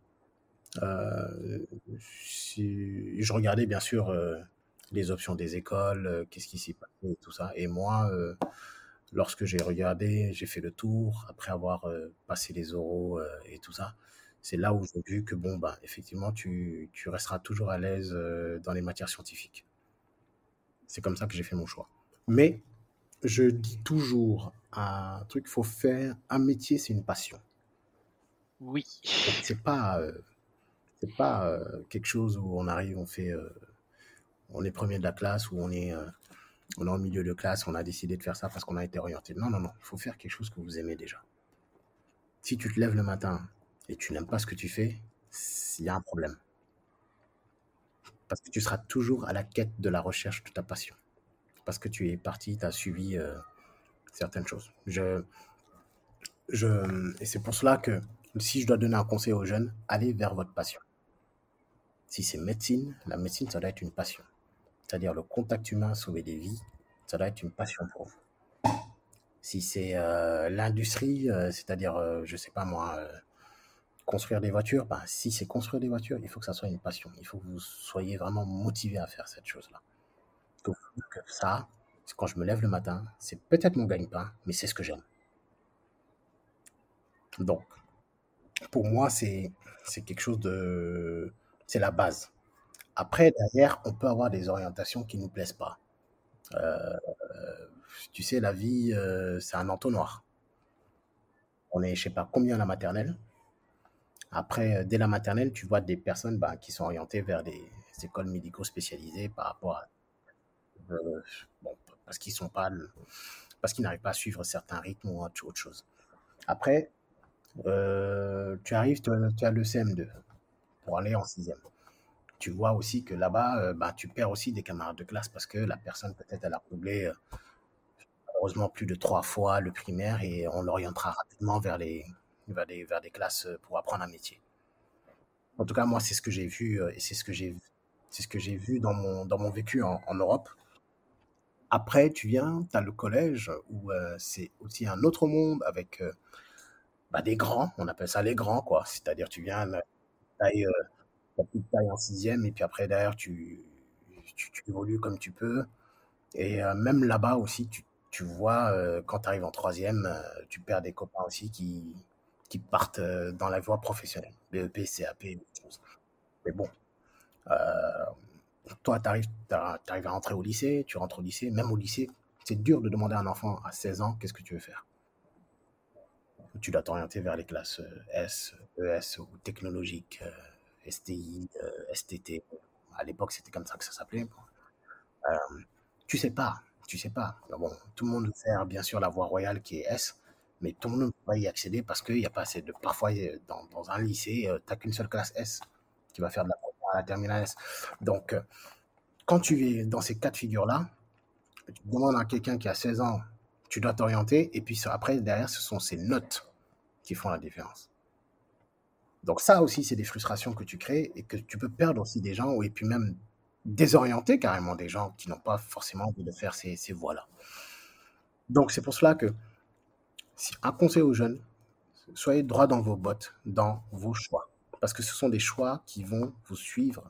Euh, si- je regardais bien sûr euh, les options des écoles, euh, qu'est-ce qui s'y passait et tout ça. Et moi, euh, lorsque j'ai regardé, j'ai fait le tour, après avoir euh, passé les oraux euh, et tout ça, c'est là où j'ai vu que bon, bah, effectivement, tu, tu resteras toujours à l'aise euh, dans les matières scientifiques. C'est comme ça que j'ai fait mon choix. Mais je dis toujours un truc, il faut faire un métier, c'est une passion.
Oui.
Donc c'est pas, euh, c'est pas euh, quelque chose où on arrive, on fait, euh, on est premier de la classe ou on est, euh, on est en milieu de classe, on a décidé de faire ça parce qu'on a été orienté. Non, non, non, il faut faire quelque chose que vous aimez déjà. Si tu te lèves le matin et tu n'aimes pas ce que tu fais, il y a un problème. Parce que tu seras toujours à la quête de la recherche de ta passion. Parce que tu es parti, tu as suivi euh, certaines choses. Je, je, et c'est pour cela que si je dois donner un conseil aux jeunes, allez vers votre passion. Si c'est médecine, la médecine, ça doit être une passion. C'est-à-dire le contact humain, sauver des vies, ça doit être une passion pour vous. Si c'est euh, l'industrie, euh, c'est-à-dire, euh, je sais pas moi, euh, construire des voitures, bah, si c'est construire des voitures, il faut que ça soit une passion. Il faut que vous soyez vraiment motivé à faire cette chose-là. Que, que ça, quand je me lève le matin, c'est peut-être mon gagne-pain, mais c'est ce que j'aime. Donc, pour moi, c'est c'est quelque chose de... C'est la base. Après, derrière, on peut avoir des orientations qui ne nous plaisent pas. Euh, Tu sais, la vie, euh, c'est un entonnoir. On est, je sais pas combien à la maternelle. Après, euh, dès la maternelle, tu vois des personnes bah, qui sont orientées vers des écoles médico-spécialisées par rapport à, euh, bon, parce qu'ils sont pas, parce qu'ils n'arrivent pas à suivre certains rythmes ou autre, autre chose. Après, euh, tu arrives, tu as, tu as le C M deux pour aller en sixième. Tu vois aussi que là-bas, euh, bah, tu perds aussi des camarades de classe parce que la personne, peut-être, elle a doublé, euh, malheureusement, plus de trois fois le primaire et on l'orientera rapidement vers les, vers des, vers des classes euh, pour apprendre un métier. En tout cas, moi, c'est ce que j'ai vu euh, et c'est ce que j'ai c'est ce que j'ai vu dans mon, dans mon vécu en, en Europe. Après, tu viens, tu as le collège où euh, c'est aussi un autre monde avec euh, bah, des grands, on appelle ça les grands, quoi. C'est-à-dire, tu viens, la taille, euh, la petite taille en sixième et puis après, derrière, tu, tu, tu évolues comme tu peux. Et euh, même là-bas aussi, tu, tu vois, euh, quand tu arrives en troisième, euh, tu perds des copains aussi qui, qui partent euh, dans la voie professionnelle, B E P, C A P, autre chose. Mais bon, euh, toi, tu arrives, à rentrer au lycée, tu rentres au lycée, même au lycée, c'est dur de demander à un enfant à seize ans, qu'est-ce que tu veux faire? Tu dois t'orienter vers les classes euh, S, E S ou technologiques, euh, S T I, euh, S T T. À l'époque, c'était comme ça que ça s'appelait. Euh, tu sais pas, tu sais pas. Bon, tout le monde veut faire bien sûr la voie royale qui est S, mais tout le monde ne peut pas y accéder parce qu'il n'y a pas assez de. Parfois, euh, dans, dans un lycée, euh, tu n'as qu'une seule classe S qui va faire de la, la terminale S. Donc, euh, quand tu es dans ces cas de figure-là, tu demandes à quelqu'un qui a seize ans, tu dois t'orienter, et puis après, derrière, ce sont ces notes qui font la différence. Donc ça aussi, c'est des frustrations que tu crées et que tu peux perdre aussi des gens, et puis même désorienter carrément des gens qui n'ont pas forcément envie de faire ces, ces voies-là. Donc c'est pour cela que, si un conseil aux jeunes, soyez droit dans vos bottes, dans vos choix. Parce que ce sont des choix qui vont vous suivre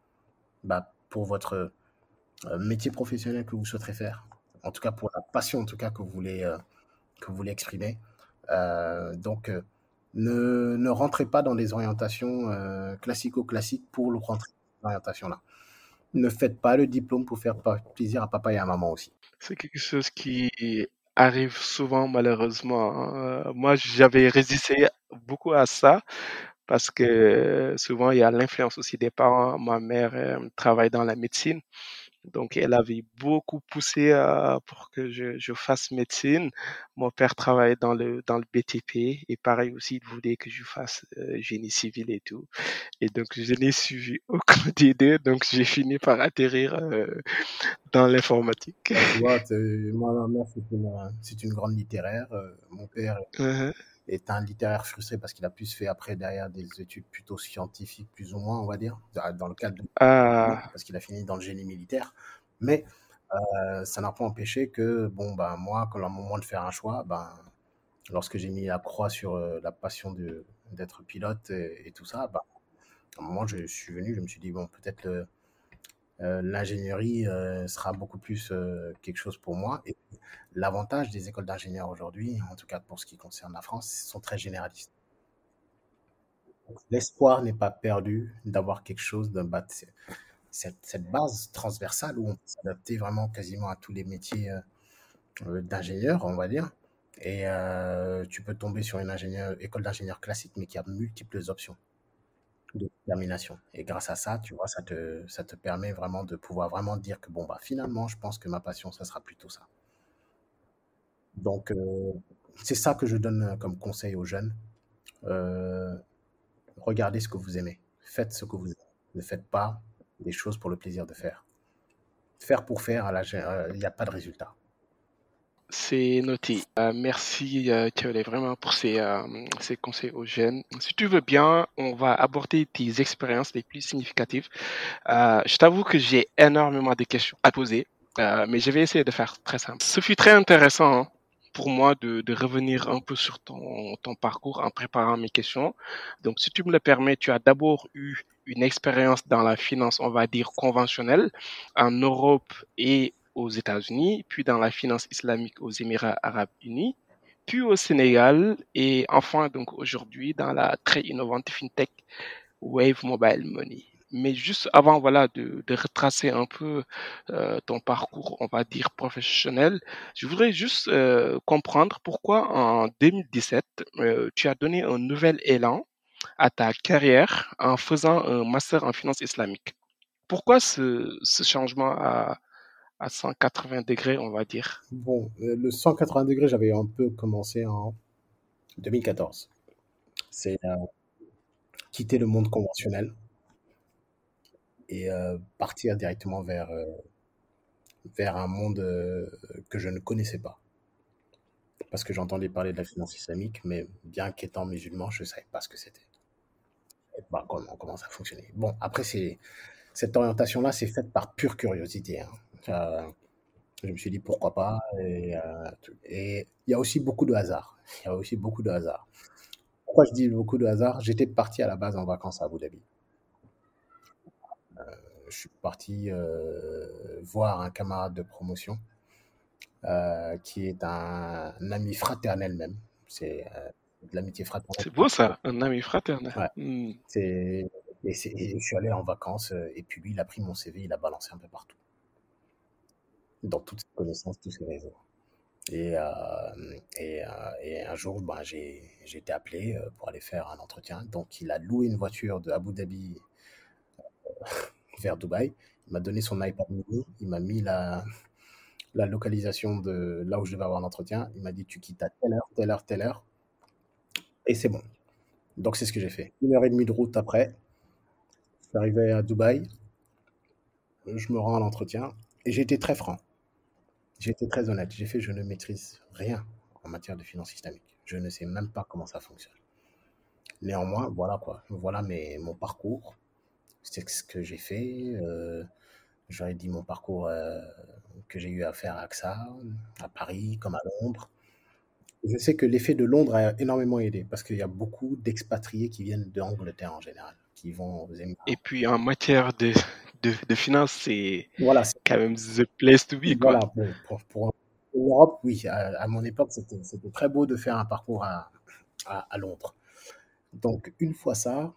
bah, pour votre euh, métier professionnel que vous souhaiterez faire. En tout cas, pour la passion en tout cas que vous voulez, euh, que vous voulez exprimer. Euh, donc, euh, ne, ne rentrez pas dans des orientations euh, classico-classiques pour le rentrer dans l'orientation-là. Ne faites pas le diplôme pour faire plaisir à papa et à maman aussi.
C'est quelque chose qui arrive souvent malheureusement, hein. Euh, Moi, j'avais résisté beaucoup à ça parce que souvent il y a l'influence aussi des parents. Ma mère euh, travaille dans la médecine. Donc, elle avait beaucoup poussé euh, pour que je, je fasse médecine. Mon père travaillait dans le, dans le B T P et pareil aussi, il voulait que je fasse euh, génie civil et tout. Et donc, je n'ai suivi aucun des deux. Donc, j'ai fini par atterrir euh, dans l'informatique.
Bah, tu vois, moi, ma mère, c'est une, c'est une grande littéraire. Euh, mon père
Uh-huh.
est un littéraire frustré parce qu'il a plus fait après derrière des études plutôt scientifiques, plus ou moins, on va dire, dans le cadre de
Ah,
parce qu'il a fini dans le génie militaire. Mais euh, ça n'a pas empêché que, bon, ben, moi, quand le moment de faire un choix, ben, lorsque j'ai mis la croix sur euh, la passion de, d'être pilote et, et tout ça, ben, à un moment, je suis venu, je me suis dit, bon, peut-être le, euh, l'ingénierie euh, sera beaucoup plus euh, quelque chose pour moi. Et l'avantage des écoles d'ingénieurs aujourd'hui, en tout cas pour ce qui concerne la France, sont très généralistes. Donc, l'espoir n'est pas perdu d'avoir quelque chose d'un bas, cette, cette base transversale où on peut s'adapter vraiment quasiment à tous les métiers euh, euh, d'ingénieur, on va dire. Et euh, tu peux tomber sur une ingénieur, école d'ingénieur classique, mais qui a multiples options de détermination. Et grâce à ça, tu vois, ça te, ça te permet vraiment de pouvoir vraiment dire que, bon, bah, finalement, je pense que ma passion, ça sera plutôt ça. Donc, euh, c'est ça que je donne euh, comme conseil aux jeunes. Euh, regardez ce que vous aimez. Faites ce que vous aimez. Ne faites pas des choses pour le plaisir de faire. Faire pour faire, à la gé- euh, il n'y a pas de résultat.
c'est noté. Euh, merci, euh, Thiaulé, vraiment pour ces, euh, ces conseils aux jeunes. Si tu veux bien, on va aborder tes expériences les plus significatives. Euh, je t'avoue que j'ai énormément de questions à poser, euh, mais je vais essayer de faire très simple. Ce fut très intéressant, hein, pour moi de, de revenir un peu sur ton, ton parcours en préparant mes questions. Donc, si tu me le permets, tu as d'abord eu une expérience dans la finance, on va dire conventionnelle, en Europe et aux États-Unis, puis dans la finance islamique aux Émirats arabes unis, puis au Sénégal, et enfin donc aujourd'hui dans la très innovante fintech Wave Mobile Money. Mais juste avant, voilà, de, de retracer un peu euh, ton parcours, on va dire professionnel, je voudrais juste euh, comprendre pourquoi en deux mille dix-sept, euh, tu as donné un nouvel élan à ta carrière en faisant un master en finance islamique. Pourquoi ce, ce changement à, à cent quatre-vingts degrés, on va dire?
Bon, euh, le cent quatre-vingts degrés, j'avais un peu commencé en deux mille quatorze. C'est euh, quitter le monde conventionnel et euh, partir directement vers, euh, vers un monde euh, que je ne connaissais pas. Parce que j'entendais parler de la finance islamique, mais bien qu'étant musulman, je ne savais pas ce que c'était. Et bah, comment, comment ça fonctionnait. Bon, après, c'est, cette orientation-là, c'est faite par pure curiosité, hein. Euh, je me suis dit pourquoi pas. Et euh, et il y a aussi beaucoup de hasard. Il y a aussi beaucoup de hasard. Pourquoi je dis beaucoup de hasard? J'étais parti à la base en vacances à Abu Dhabi. Je suis parti euh, voir un camarade de promotion euh, qui est un, un ami fraternel même. C'est euh, de l'amitié fraternelle.
C'est beau ça, un ami fraternel.
Ouais.
Hmm.
C'est, et, c'est- et je suis allé en vacances euh, et puis lui, il a pris mon C V, il a balancé un peu partout, dans toutes ses connaissances, tous ses réseaux. Et, euh, et, euh, et un jour, ben, j'ai, j'ai été appelé euh, pour aller faire un entretien. Donc, il a loué une voiture de Abu Dhabi vers Dubaï. Il m'a donné son iPad mini. Il m'a mis la, la localisation de là où je devais avoir l'entretien. Il m'a dit, tu quittes à telle heure, telle heure, telle heure. Et c'est bon. Donc, c'est ce que j'ai fait. Une heure et demie de route après, je suis arrivé à Dubaï. Je me rends à l'entretien. Et j'ai été très franc. J'ai été très honnête. J'ai fait, je ne maîtrise rien en matière de finances islamiques. Je ne sais même pas comment ça fonctionne. Néanmoins, voilà quoi. Voilà mes, mon parcours. C'est ce que j'ai fait. Euh, j'aurais dit mon parcours euh, que j'ai eu à faire à A X A, à Paris, comme à Londres. Je sais que l'effet de Londres a énormément aidé parce qu'il y a beaucoup d'expatriés qui viennent d'Angleterre en général, qui vont aux Émirats.
Et puis en matière de, de, de finances, c'est
Voilà, c'est,
quand même the place to be, quoi.
voilà bon, pour, pour l'Europe, oui, à, à mon époque, c'était, c'était très beau de faire un parcours à, à, à Londres. Donc, une fois ça,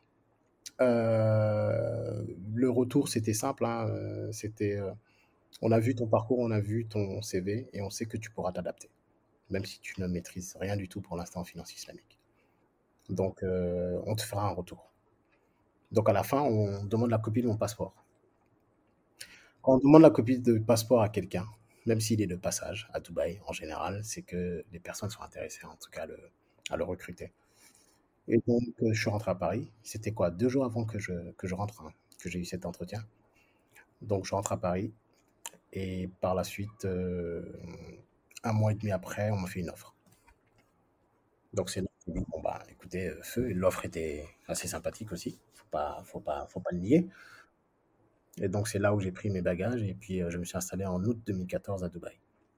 euh, le retour, c'était simple. Hein, euh, c'était, euh, on a vu ton parcours, on a vu ton C V et on sait que tu pourras t'adapter, même si tu ne maîtrises rien du tout pour l'instant en finance islamique. Donc, euh, on te fera un retour. Donc, à la fin, on demande la copie de mon passeport. Quand on demande la copie de passeport à quelqu'un, même s'il est de passage à Dubaï, en général, c'est que les personnes sont intéressées, en tout cas, à le, à le recruter. Et donc, euh, je suis rentré à Paris. C'était quoi, deux jours avant que je, que je rentre, hein, que j'ai eu cet entretien. Donc, je rentre à Paris. Et par la suite, euh, un mois et demi après, on m'a fait une offre. Donc, c'est là que j'ai dit, bon, bah, écoutez, euh, feu. Et l'offre était assez sympathique aussi. Faut pas, faut pas, faut pas le nier. Et donc, c'est là où j'ai pris mes bagages. Et puis, euh, je me suis installé en août deux mille quatorze à Dubaï.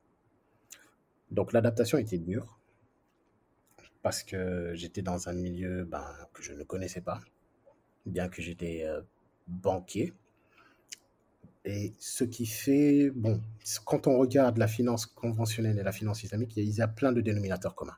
Donc, l'adaptation était dure parce que j'étais dans un milieu ben, que je ne connaissais pas, bien que j'étais euh, banquier. Et ce qui fait, bon, quand on regarde la finance conventionnelle et la finance islamique, il y a plein de dénominateurs communs.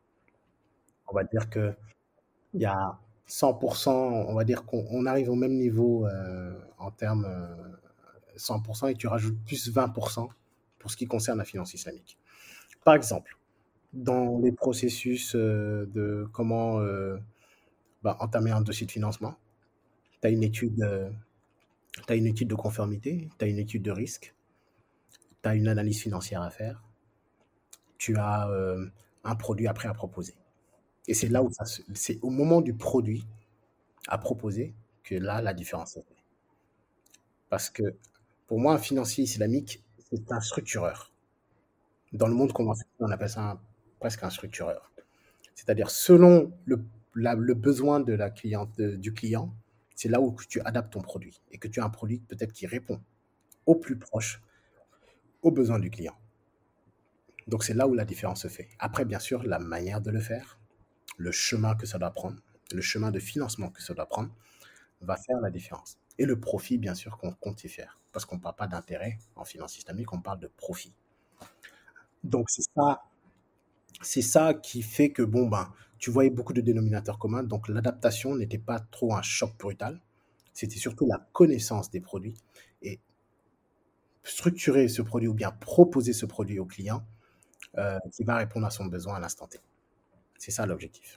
On va dire que il y a cent pour cent, on va dire qu'on on arrive au même niveau euh, en termes euh, cent pour cent et tu rajoutes plus vingt pour cent pour ce qui concerne la finance islamique. Par exemple, dans les processus euh, de comment euh, bah, entamer un dossier de financement, tu as une étude, euh, t'as une étude de conformité, tu as une étude de risque, tu as une analyse financière à faire, tu as euh, un produit après à proposer. Et c'est là où ça se- c'est au moment du produit à proposer que là, la différence est faite. Parce que pour moi, un financier islamique, c'est un structureur. Dans le monde conventionnel, on appelle ça un- presque un structureur. C'est-à-dire, selon le, la- le besoin de la cliente, de- du client, c'est là où tu adaptes ton produit et que tu as un produit peut-être qui répond au plus proche aux besoins du client. Donc, c'est là où la différence se fait. Après, bien sûr, la manière de le faire, le chemin que ça doit prendre, le chemin de financement que ça doit prendre, va faire la différence. Et le profit, bien sûr, qu'on compte y faire. Parce qu'on ne parle pas d'intérêt en finance islamique, on parle de profit. Donc, c'est ça, c'est ça qui fait que, bon, ben, tu voyais beaucoup de dénominateurs communs. Donc, l'adaptation n'était pas trop un choc brutal. C'était surtout la connaissance des produits et structurer ce produit ou bien proposer ce produit au client euh, qui va répondre à son besoin à l'instant T. C'est ça l'objectif.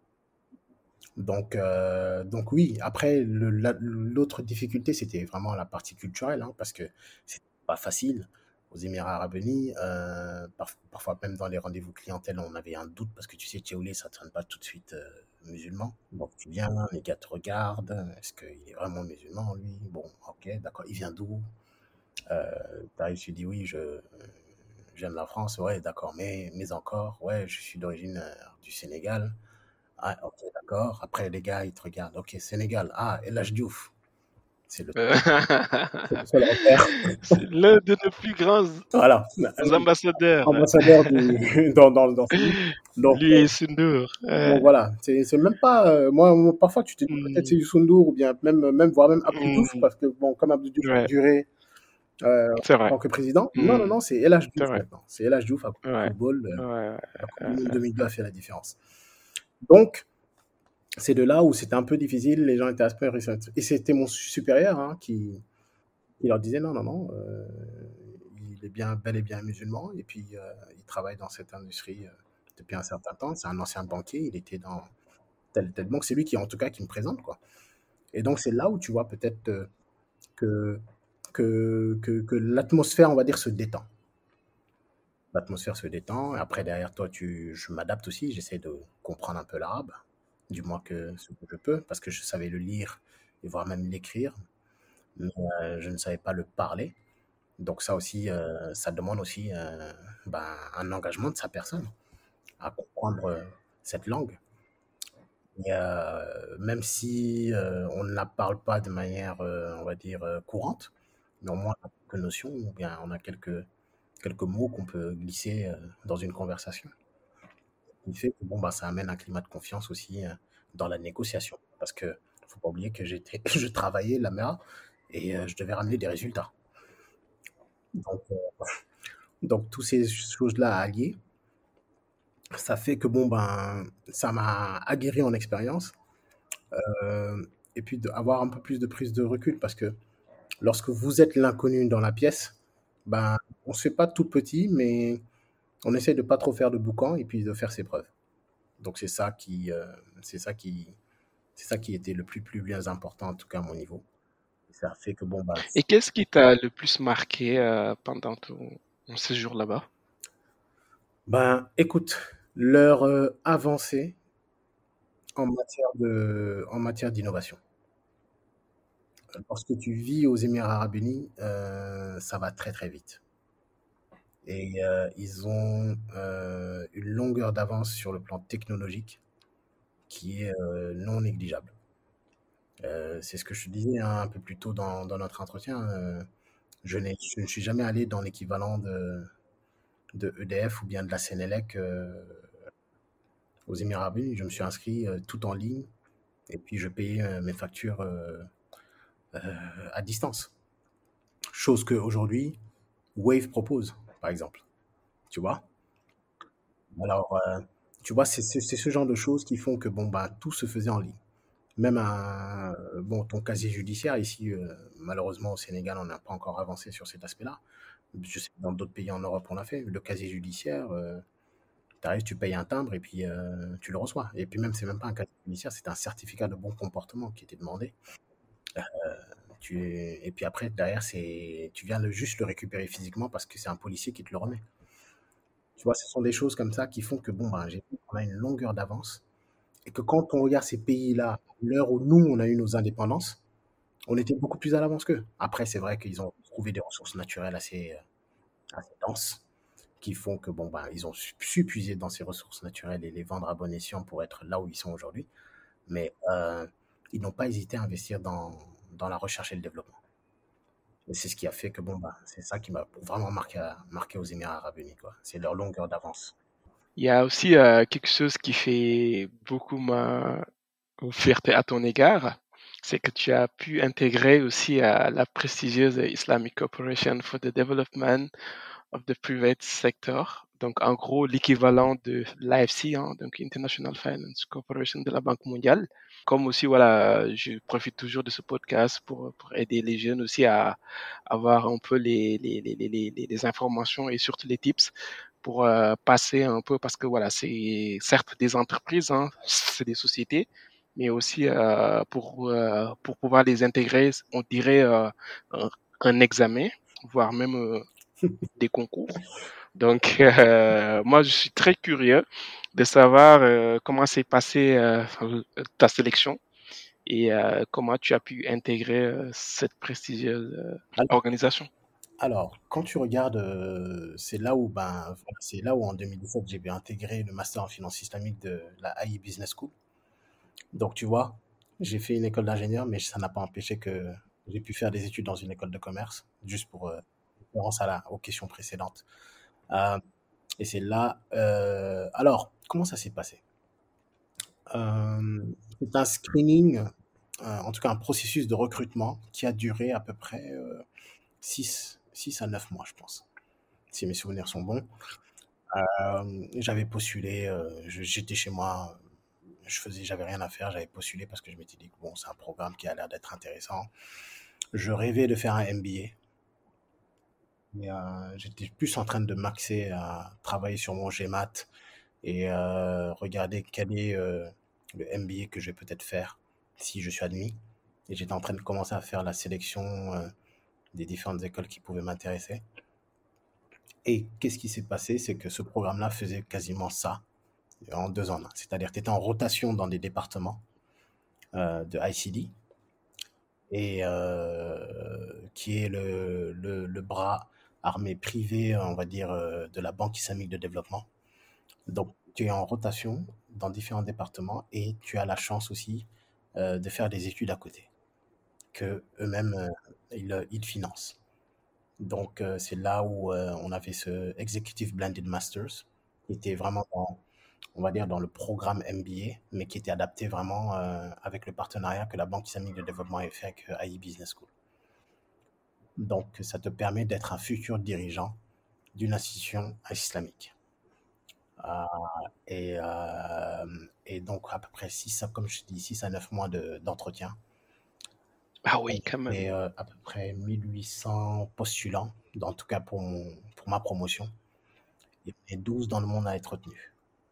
Donc, euh, donc oui, après, le- la- l'autre difficulté, c'était vraiment la partie culturelle, hein, parce que c'est pas facile aux Émirats arabes unis. Euh, parf- parfois, même dans les rendez-vous clientèle, on avait un doute, parce que tu sais, Tchéoulé, ça ne traîne pas tout de suite euh, musulman. Donc, tu viens, les gars te regardent, est-ce qu'il est vraiment musulman, lui? Bon, ok, d'accord, il vient d'où? Euh, T'arrives, tu dis oui, je, je viens de la France, ouais, d'accord, mais, mais encore, ouais, je suis d'origine euh, du Sénégal. Ah, ok, d'accord. Après, les gars, ils te regardent. Ok, Sénégal. Ah, El Hadj Diouf. C'est le,
Euh,
c'est le seul repère.
C'est l'un de nos plus grands
Voilà.
ambassadeurs.
Ambassadeur du, dans, dans, dans ce pays. Donc,
Lui
euh,
et Sundur.
donc
Ouais.
voilà. C'est c'est même pas. euh, moi, moi, parfois, tu te dis peut-être
Hmm,
c'est Youssou N'Dour ou bien même, même, voire même Abdou Diouf,
hmm,
parce que, bon, comme Abdou Diouf a
ouais.
duré euh,
C'est
en
vrai.
tant que président. Non, non,
Hmm,
non, c'est El Hadj
c'est
Diouf
vrai.
maintenant. C'est El Hadj Diouf à cause du
Ouais.
football. euh,
Ouais.
La Coupe du
Ouais.
Monde deux mille deux a fait la différence. Donc, c'est de là où c'était un peu difficile. Les gens étaient un peu réticents. Et c'était mon supérieur hein, qui, qui leur disait non, non, non. euh, il est bien, bel et bien musulman. Et puis, euh, il travaille dans cette industrie euh, depuis un certain temps. C'est un ancien banquier. Il était dans tel, tel banque. C'est lui qui, en tout cas, qui me présente, quoi. Et donc, c'est là où tu vois peut-être euh, que, que, que, que l'atmosphère, on va dire, se détend. L'atmosphère se détend. Et après, derrière toi, tu, je m'adapte aussi. J'essaie de comprendre un peu l'arabe, du moins que ce que je peux, parce que je savais le lire et voire même l'écrire, mais euh, je ne savais pas le parler. Donc ça aussi, euh, ça demande aussi euh, ben, un engagement de sa personne à comprendre euh, cette langue. Et euh, même si euh, on ne la parle pas de manière, euh, on va dire, euh, courante, mais au moins on a quelques notions, ou bien on a quelques, quelques mots qu'on peut glisser euh, dans une conversation. Ce qui fait que bon, bah, ça amène un climat de confiance aussi euh, dans la négociation. Parce que faut pas oublier que j'étais, je travaillais là-bas et euh, je devais ramener des résultats. Donc, euh, donc toutes ces choses-là alliées, ça fait que bon, ben, ça m'a aguerri en expérience. euh, et puis d'avoir un peu plus de prise de recul parce que lorsque vous êtes l'inconnu dans la pièce, ben, on se fait pas tout petit, mais on essaie de pas trop faire de boucan et puis de faire ses preuves. Donc c'est ça qui, euh, c'est ça qui, c'est ça qui était le plus, plus bien important, en tout cas à mon niveau. Ça fait que bon, bah,
Et qu'est-ce qui t'a le plus marqué euh, pendant ton, ton séjour là-bas?
ben, écoute, leur euh, avancée en matière de, en matière d'innovation. Lorsque tu vis aux Émirats Arabes Unis, euh, ça va très très vite. Et euh, ils ont euh, une longueur d'avance sur le plan technologique qui est euh, non négligeable. Euh, c'est ce que je te disais hein, un peu plus tôt dans, dans notre entretien. euh, je, n'ai- je ne suis jamais allé dans l'équivalent de, de E D F ou bien de la Sénélec euh, aux Émirats Arabes Unis. Je me suis inscrit euh, tout en ligne et puis je payais euh, mes factures euh, euh, à distance. Chose qu'aujourd'hui, Wave propose, par exemple. Tu vois? Alors, euh, tu vois, c'est c'est- c'est ce genre de choses qui font que bon, bah, tout se faisait en ligne. Même un, bon, ton casier judiciaire, ici, euh, malheureusement, au Sénégal, on n'a pas encore avancé sur cet aspect-là. Je sais que dans d'autres pays en Europe, on l'a fait. Le casier judiciaire, euh, tu arrives, tu payes un timbre et puis euh, tu le reçois. Et puis même, c'est même pas un casier judiciaire, c'est un certificat de bon comportement qui était demandé. Tu, et puis après, derrière, c'est, tu viens de juste le récupérer physiquement parce que c'est un policier qui te le remet. Tu vois, ce sont des choses comme ça qui font que, bon, ben, j'ai vu qu'on a une longueur d'avance et que quand on regarde ces pays-là, à l'heure où nous, on a eu nos indépendances, on était beaucoup plus à l'avance qu'eux. Après, c'est vrai qu'ils ont trouvé des ressources naturelles assez, euh, assez denses qui font que, bon, ben, ils ont su, su puiser dans ces ressources naturelles et les vendre à bon escient pour être là où ils sont aujourd'hui. Mais euh, ils n'ont pas hésité à investir dans, dans la recherche et le développement. Et c'est ce qui a fait que, bon, ben, c'est ça qui m'a vraiment marqué, marqué aux Émirats Arabes Unis, quoi. C'est leur longueur d'avance.
Il y a aussi euh, quelque chose qui fait beaucoup ma fierté à ton égard, c'est que tu as pu intégrer aussi à la prestigieuse Islamic Corporation for the Development of the Private Sector, donc en gros l'équivalent de l'A F C, hein, donc International Finance Corporation de la Banque mondiale. Comme aussi, voilà, je profite toujours de ce podcast pour, pour aider les jeunes aussi à avoir un peu les, les, les, les, les, les informations et surtout les tips pour euh, passer un peu, parce que voilà, c'est certes des entreprises, hein, c'est des sociétés, mais aussi euh, pour, euh, pour pouvoir les intégrer, on dirait euh, un, un examen, voire même euh, des concours. Donc, euh, moi, je suis très curieux de savoir euh, comment s'est passée euh, ta sélection et euh, comment tu as pu intégrer euh, cette prestigieuse euh,
Alors,
organisation.
alors, quand tu regardes, euh, c'est là où, ben, voilà, c'est là où en deux mille dix-sept, j'ai bien intégré le master en finance islamique de la A I Business School. Donc, tu vois, j'ai fait une école d'ingénieur, mais ça n'a pas empêché que j'ai pu faire des études dans une école de commerce, juste pour euh, référence à la, aux questions précédentes. Euh, et c'est là. euh, alors, comment ça s'est passé? Euh, c'est un screening, euh, en tout cas un processus de recrutement qui a duré à peu près euh, six six à neuf mois, je pense, si mes souvenirs sont bons. Euh, j'avais postulé, euh, je- j'étais chez moi, je faisais, j'avais rien à faire, j'avais postulé parce que je m'étais dit que bon, c'est un programme qui a l'air d'être intéressant. Je rêvais de faire un M B A. Mais, euh, j'étais plus en train de m'axer à travailler sur mon GMAT et euh, regarder quel est euh, le M B A que je vais peut-être faire si je suis admis. Et j'étais en train de commencer à faire la sélection euh, des différentes écoles qui pouvaient m'intéresser. Et qu'est-ce qui s'est passé? C'est que ce programme-là faisait quasiment ça en deux ans. C'est-à-dire que tu étais en rotation dans des départements euh, de I C D et euh, qui est le, le, le bras armé privé, on va dire, euh, de la Banque islamique de développement. Donc, tu es en rotation dans différents départements et tu as la chance aussi euh, de faire des études à côté, que eux-mêmes, euh, ils, ils financent. Donc, euh, c'est là où euh, on avait ce Executive Blended Masters, qui était vraiment dans, on va dire, dans le programme M B A, mais qui était adapté vraiment euh, avec le partenariat que la Banque islamique de développement avait fait avec euh, I E Business School. Donc, ça te permet d'être un futur dirigeant d'une institution islamique. Euh, et, euh, et donc, à peu près six, comme je dis, six à neuf mois de- d'entretien.
Ah oui, quand même.
Et euh, à peu près mille huit cents postulants, en tout cas pour, mon, pour ma promotion. Et douze dans le monde à être retenus.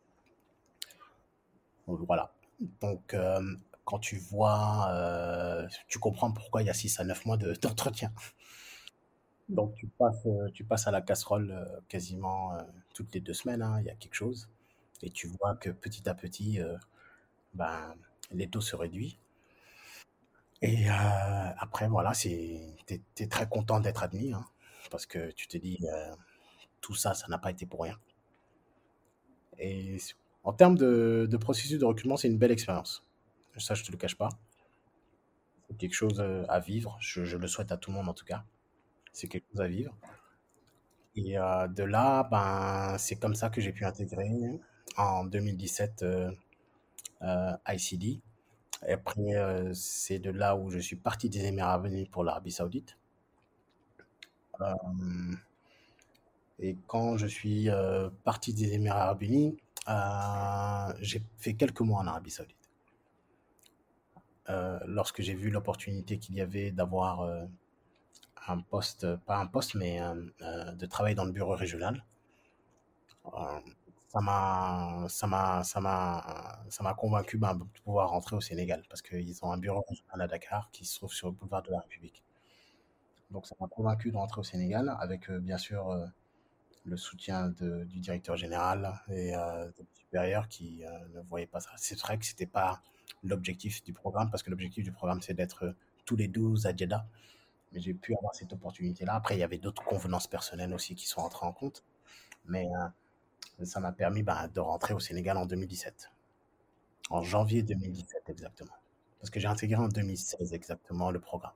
Donc, voilà. Donc, euh, quand tu vois, euh, tu comprends pourquoi il y a six à neuf mois de- d'entretien. Donc, tu passes, euh, tu passes à la casserole euh, quasiment euh, toutes les deux semaines, hein, il y a quelque chose. Et tu vois que petit à petit, euh, ben, les taux se réduisent. Et euh, après, voilà, c'est, t'es, t'es très content d'être admis, hein, parce que tu te dis, euh, tout ça, ça n'a pas été pour rien. Et en termes de, de processus de recrutement, c'est une belle expérience. Ça, je te le cache pas. C'est quelque chose euh, à vivre. Je, je le souhaite à tout le monde, en tout cas. C'est quelque chose à vivre. Et euh, de là, ben, c'est comme ça que j'ai pu intégrer en deux mille dix-sept euh, euh, I C D. Et après, euh, c'est de là où je suis parti des Émirats Arabes Unis pour l'Arabie Saoudite. Euh, et quand je suis euh, parti des Émirats Arabes Unis, euh, j'ai fait quelques mois en Arabie Saoudite. Euh, lorsque j'ai vu l'opportunité qu'il y avait d'avoir euh, un poste, pas un poste, mais euh, euh, de travailler dans le bureau régional, euh, ça m'a, ça m'a, ça m'a, ça m'a convaincu ben, de pouvoir rentrer au Sénégal parce qu'ils ont un bureau régional à Dakar qui se trouve sur le boulevard de la République. Donc ça m'a convaincu de rentrer au Sénégal avec euh, bien sûr euh, le soutien de- du directeur général et euh, des supérieurs qui euh, ne voyaient pas ça. C'est vrai que c'était pas l'objectif du programme parce que l'objectif du programme c'est d'être euh, tous les douze à Jeddah. Mais j'ai pu avoir cette opportunité-là. Après, il y avait d'autres convenances personnelles aussi qui sont entrées en compte. Mais euh, ça m'a permis bah, de rentrer au Sénégal en deux mille dix-sept. En janvier deux mille dix-sept exactement. Parce que j'ai intégré en deux mille seize exactement le programme.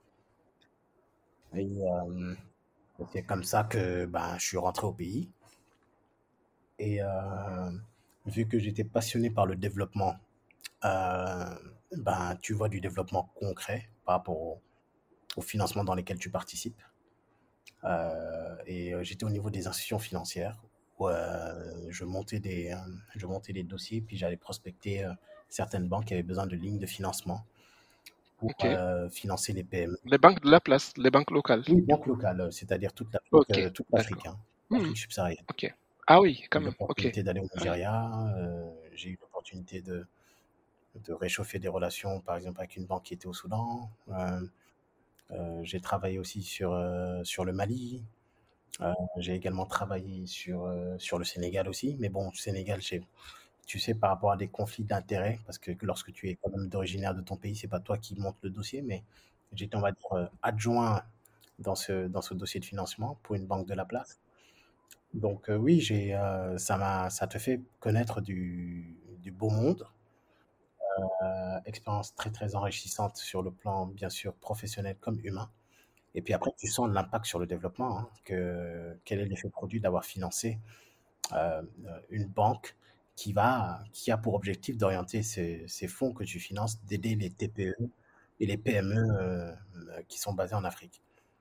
Et euh, c'est comme ça que bah, je suis rentré au pays. Et euh, vu que j'étais passionné par le développement, euh, ben, tu vois du développement concret par rapport au, au financement dans lesquels tu participes. Euh, et euh, j'étais au niveau des institutions financières où euh, je montais des, euh, je montais des dossiers, puis j'allais prospecter euh, certaines banques qui avaient besoin de lignes de financement pour
Ok.
euh, financer les P M E.
Les banques de la place, les banques locales,
Oui,
du
banque
coup.
locale, euh, c'est-à-dire toute l'Afrique,
Ok,
euh, toute l'Afrique,
d'accord.
hein,
Hmm,
l'Afrique subsaharienne.
ok. Ah oui, quand
J'ai eu
même. Ok.
l'opportunité d'aller au
Ah oui.
Nigeria, euh, j'ai eu l'opportunité de, de réchauffer des relations, par exemple, avec une banque qui était au Soudan. Euh, euh, j'ai travaillé aussi sur, euh, sur le Mali. Euh, j'ai également travaillé sur, euh, sur le Sénégal aussi. Mais bon, Sénégal, j'ai, tu sais, par rapport à des conflits d'intérêts, parce que lorsque tu es quand même d'originaire de ton pays, c'est pas toi qui montes le dossier, mais j'étais, on va dire, euh, adjoint dans ce, dans ce dossier de financement pour une banque de la place. Donc euh, oui, j'ai, euh, ça m'a, ça te fait connaître du, du beau monde. Euh, expérience très très enrichissante sur le plan bien sûr professionnel comme humain. Et puis après, tu sens l'impact sur le développement, hein, que, quel est l'effet produit d'avoir financé euh, une banque qui va, qui a pour objectif d'orienter ces, ces fonds que tu finances, d'aider les T P E et les P M E euh, qui sont basés en Afrique.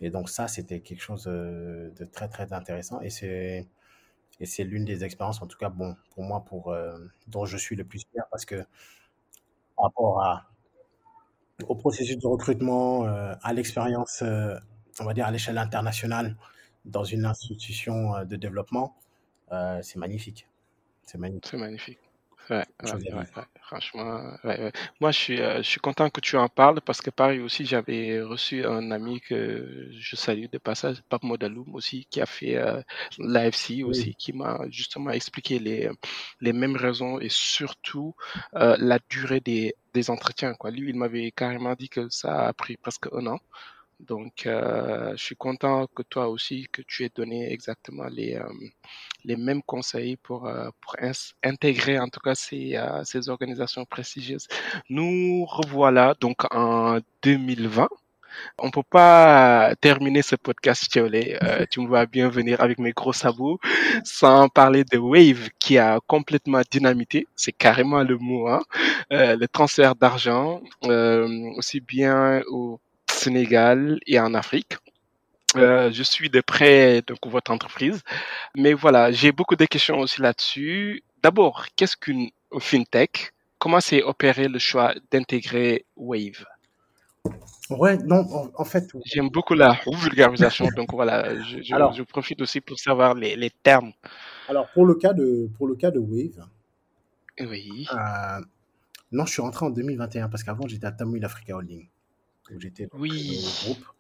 Et donc ça, c'était quelque chose euh, de très très intéressant. Et c'est et c'est l'une des expériences, en tout cas, bon, pour moi, pour euh, dont je suis le plus fier parce que par rapport à au processus de recrutement, euh, à l'expérience, euh, on va dire à l'échelle internationale dans une institution euh, de développement, euh, c'est magnifique. C'est magnifique.
C'est magnifique. Ouais,
Quelque
ouais,
chose à
ouais,
vivre.
ouais. Franchement, ouais, ouais. Moi, je suis, euh, je suis content que tu en parles parce que pareil aussi, j'avais reçu un ami que je salue de passage, Pape Modaloum aussi, qui a fait euh, l'A F C
Oui,
aussi, qui m'a justement expliqué les, les mêmes raisons et surtout euh, la durée des, des entretiens, quoi. Lui, il m'avait carrément dit que ça a pris presque un an. Donc, euh, je suis content que toi aussi, que tu aies donné exactement les, euh, les mêmes conseils pour, euh, pour ins- intégrer en tout cas ces, euh, ces organisations prestigieuses. Nous revoilà donc en deux mille vingt. On peut pas terminer ce podcast, Thiolé. Euh, tu me vois bien venir avec mes gros sabots, sans parler de Wave qui a complètement dynamité. C'est carrément le mot, hein. Euh, le transfert d'argent, euh, aussi bien au Sénégal et en Afrique. Euh, je suis de près donc votre entreprise, mais voilà, j'ai beaucoup de questions aussi là-dessus. D'abord, qu'est-ce qu'une fintech? Comment s'est opéré le choix d'intégrer Wave?
ouais, non, en, en fait,
J'aime beaucoup la vulgarisation, donc voilà, je, je, je
alors,
profite aussi pour savoir les, les termes.
alors pour le cas de, pour le cas de Wave,
Oui,
euh, non, je suis rentré en deux mille vingt et un parce qu'avant j'étais à Tamoil Africa Holding, où j'étais dans le trésorier
oui,
groupe,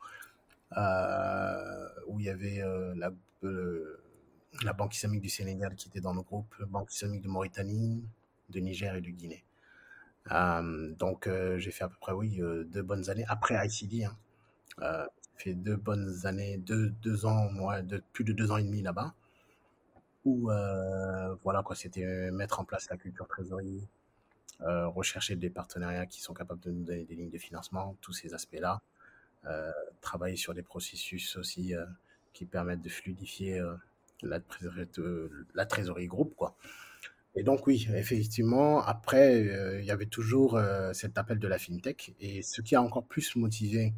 euh, où il y avait euh, la, euh, la Banque islamique du Sénégal qui était dans le groupe, la Banque islamique de Mauritanie, de Niger et de Guinée. Euh, donc euh, j'ai fait à peu près, oui, euh, deux bonnes années après I C D. Hein. Euh, j'ai fait deux bonnes années, deux, deux ans, moi, de, plus de deux ans et demi là-bas, où euh, voilà quoi, c'était euh, mettre en place la culture trésorerie, euh, rechercher des partenariats qui sont capables de nous donner des lignes de financement, tous ces aspects-là, euh, travailler sur des processus aussi euh, qui permettent de fluidifier euh, la, trésorerie, euh, la trésorerie groupe, quoi. Et donc oui, effectivement, après, euh, il y avait toujours euh, cet appel de la fintech. Et ce qui a encore plus motivé,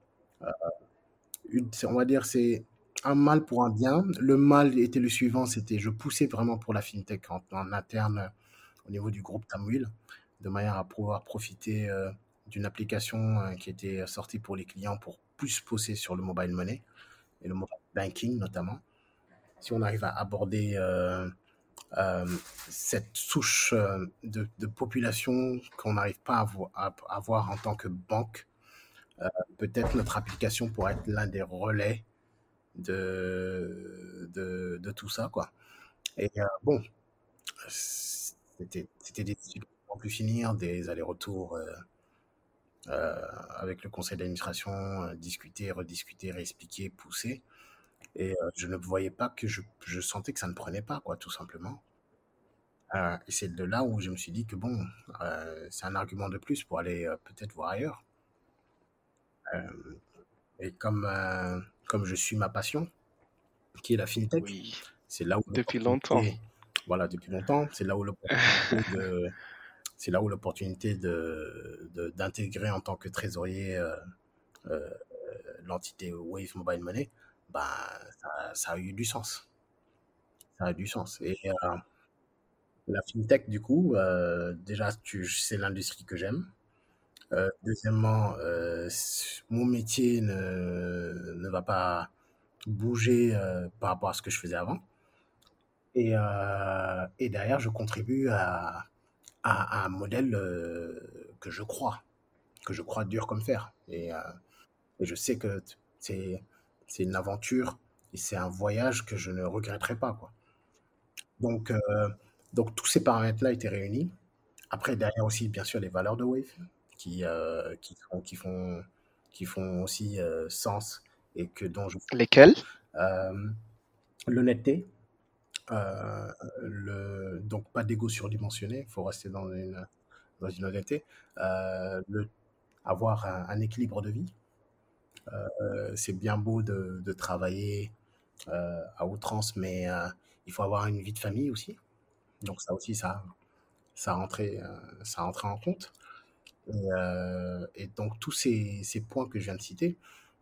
une- c'est- on va dire, c'est un mal pour un bien. Le mal était le suivant, c'était je poussais vraiment pour la fintech en, en interne euh, au niveau du groupe Tamwil, de manière à pouvoir profiter euh, d'une application euh, qui était sortie pour les clients pour plus pousser sur le mobile money et le mobile banking notamment. Si on arrive à aborder euh, euh, cette souche euh, de, de population qu'on n'arrive pas à, vo- à avoir en tant que banque, euh, peut-être notre application pourrait être l'un des relais de, de, de tout ça, quoi. Et euh, bon, c'était, c'était des discussions pour plus finir, des allers-retours euh, euh, avec le conseil d'administration, euh, discuter, rediscuter, réexpliquer, pousser. Et euh, je ne voyais pas que je, je sentais que ça ne prenait pas, quoi, tout simplement. Euh, et c'est de là où je me suis dit que bon, euh, c'est un argument de plus pour aller euh, peut-être voir ailleurs. Euh, et comme, euh, comme je suis ma passion, qui est la fintech,
oui,
c'est là où
depuis longtemps.
l'opportunité, voilà, depuis longtemps, c'est là où l'opportunité de, c'est là où l'opportunité de, de- d'intégrer en tant que trésorier euh, euh, l'entité Wave Mobile Money, bah, ça, ça a eu du sens. Ça a du sens. Et euh, la fintech, du coup, euh, déjà, tu, c'est l'industrie que j'aime. Euh, deuxièmement, euh, s- mon métier ne, ne va pas bouger euh, par rapport à ce que je faisais avant. Et, euh, et derrière, je contribue à, à- à un modèle euh, que je crois, que je crois dur comme fer. Et, euh, et je sais que t- c'est, c'est une aventure et c'est un voyage que je ne regretterai pas, quoi. Donc, euh, donc tous ces paramètres-là étaient réunis. Après, derrière aussi, bien sûr, les valeurs de Wave qui, euh, qui, font, qui, font, qui font aussi euh, sens et que dont je
Lesquels?
euh, l'honnêteté, euh, le, donc pas d'ego surdimensionné, il faut rester dans une, dans une honnêteté, euh, le, avoir un, un équilibre de vie. Euh, c'est bien beau de, de travailler euh, à outrance, mais euh, il faut avoir une vie de famille aussi. Donc ça aussi, ça, ça rentrait, euh, ça rentrait en compte. Et, euh, et donc tous ces, ces points que je viens de citer,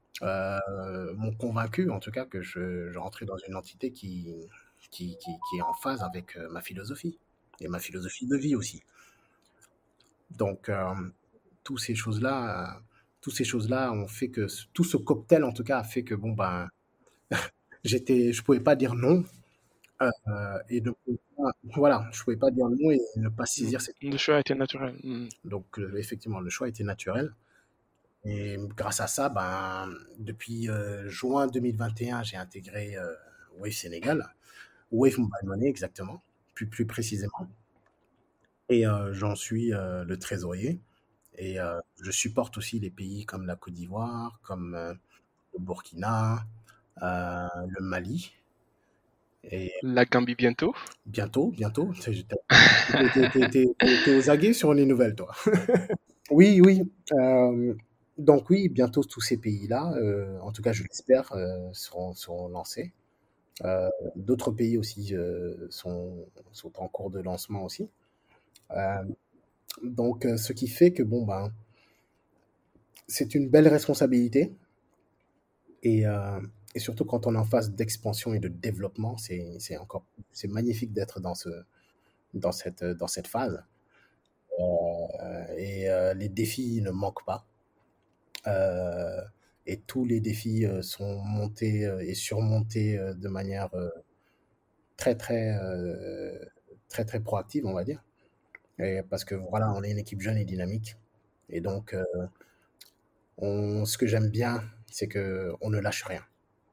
euh, m'ont convaincu, en tout cas, que je, je rentrais dans une entité qui, qui, qui, qui est en phase avec euh, ma philosophie et ma philosophie de vie aussi. Donc, euh, tous ces choses-là, euh, toutes ces choses-là ont fait que ce- tout ce cocktail, en tout cas, a fait que bon ben, j'étais, je pouvais pas dire non. euh, et ne pouvais pas- voilà, je pouvais pas dire non et ne pas
Mm.
saisir cette.
Le choix était naturel. Mm.
Donc, euh, effectivement, le choix était naturel. Et grâce à ça, ben, depuis euh, juin deux mille vingt et un, j'ai intégré euh, Wave Sénégal, Wave Mobile Money exactement, plus, plus précisément. Et euh, j'en suis euh, le trésorier. Et euh, je supporte aussi les pays comme la Côte d'Ivoire, comme euh, le Burkina, euh, le Mali. Et
La Gambie bientôt.
bientôt, bientôt, t'es t'es- t'es- t'es- t'es aux aguets sur les nouvelles, toi. Oui, oui. euh, donc oui, bientôt tous ces pays-là, euh, en tout cas je l'espère, euh, seront, seront lancés. Euh, D'autres pays aussi euh, sont, sont en cours de lancement aussi. Euh, donc euh, ce qui fait que bon ben c'est une belle responsabilité et, euh, et surtout quand on est en phase d'expansion et de développement, c'est c'est encore c'est magnifique d'être dans ce dans cette dans cette phase. Euh, et euh, les défis ne manquent pas. Euh, et tous les défis euh, sont montés euh, et surmontés euh, de manière euh, très très euh, très très proactive, on va dire. Et parce que voilà, on est une équipe jeune et dynamique. Et donc, euh, on, ce que j'aime bien, c'est que on ne lâche rien.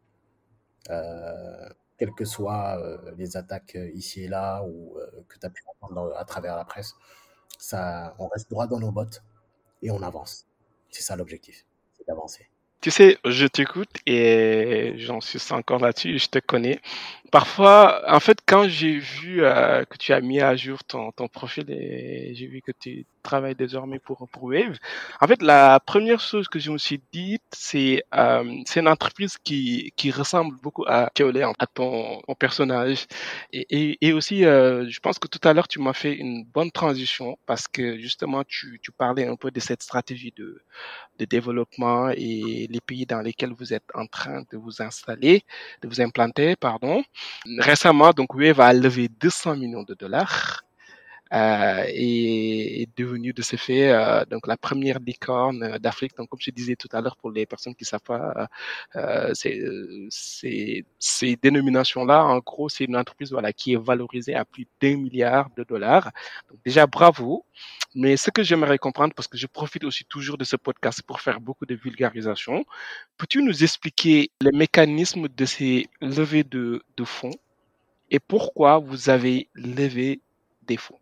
Euh, Quelles que soient euh, les attaques euh, ici et là ou euh, que tu as pu entendre dans- à travers la presse, ça, on reste droit dans nos bottes et on avance. C'est ça l'objectif, c'est d'avancer.
Tu sais, je t'écoute et j'en suis encore là-dessus, je te connais. Parfois, en fait, quand j'ai vu euh, que tu as mis à jour ton, ton profil et j'ai vu que tu travailles désormais pour, pour Wave, en fait, la première chose que je me suis dit, c'est euh, c'est une entreprise qui, qui ressemble beaucoup à Keolé, à ton, ton personnage. Et, et, et aussi, euh, je pense que tout à l'heure, tu m'as fait une bonne transition parce que justement, tu, tu parlais un peu de cette stratégie de de développement et les pays dans lesquels vous êtes en train de vous installer, de vous implanter, pardon. Récemment, donc, Wave a levé deux cents millions de dollars. Euh, et est devenue de ce fait euh, donc la première licorne d'Afrique. Donc, comme je disais tout à l'heure, pour les personnes qui ne savent pas, euh, c'est, c'est, ces dénominations-là, en gros, c'est une entreprise voilà, qui est valorisée à plus d'un milliard de dollars. Donc, déjà, bravo. Mais ce que j'aimerais comprendre, parce que je profite aussi toujours de ce podcast pour faire beaucoup de vulgarisation, peux-tu nous expliquer les mécanismes de ces levées de, de fonds et pourquoi vous avez levé des fonds?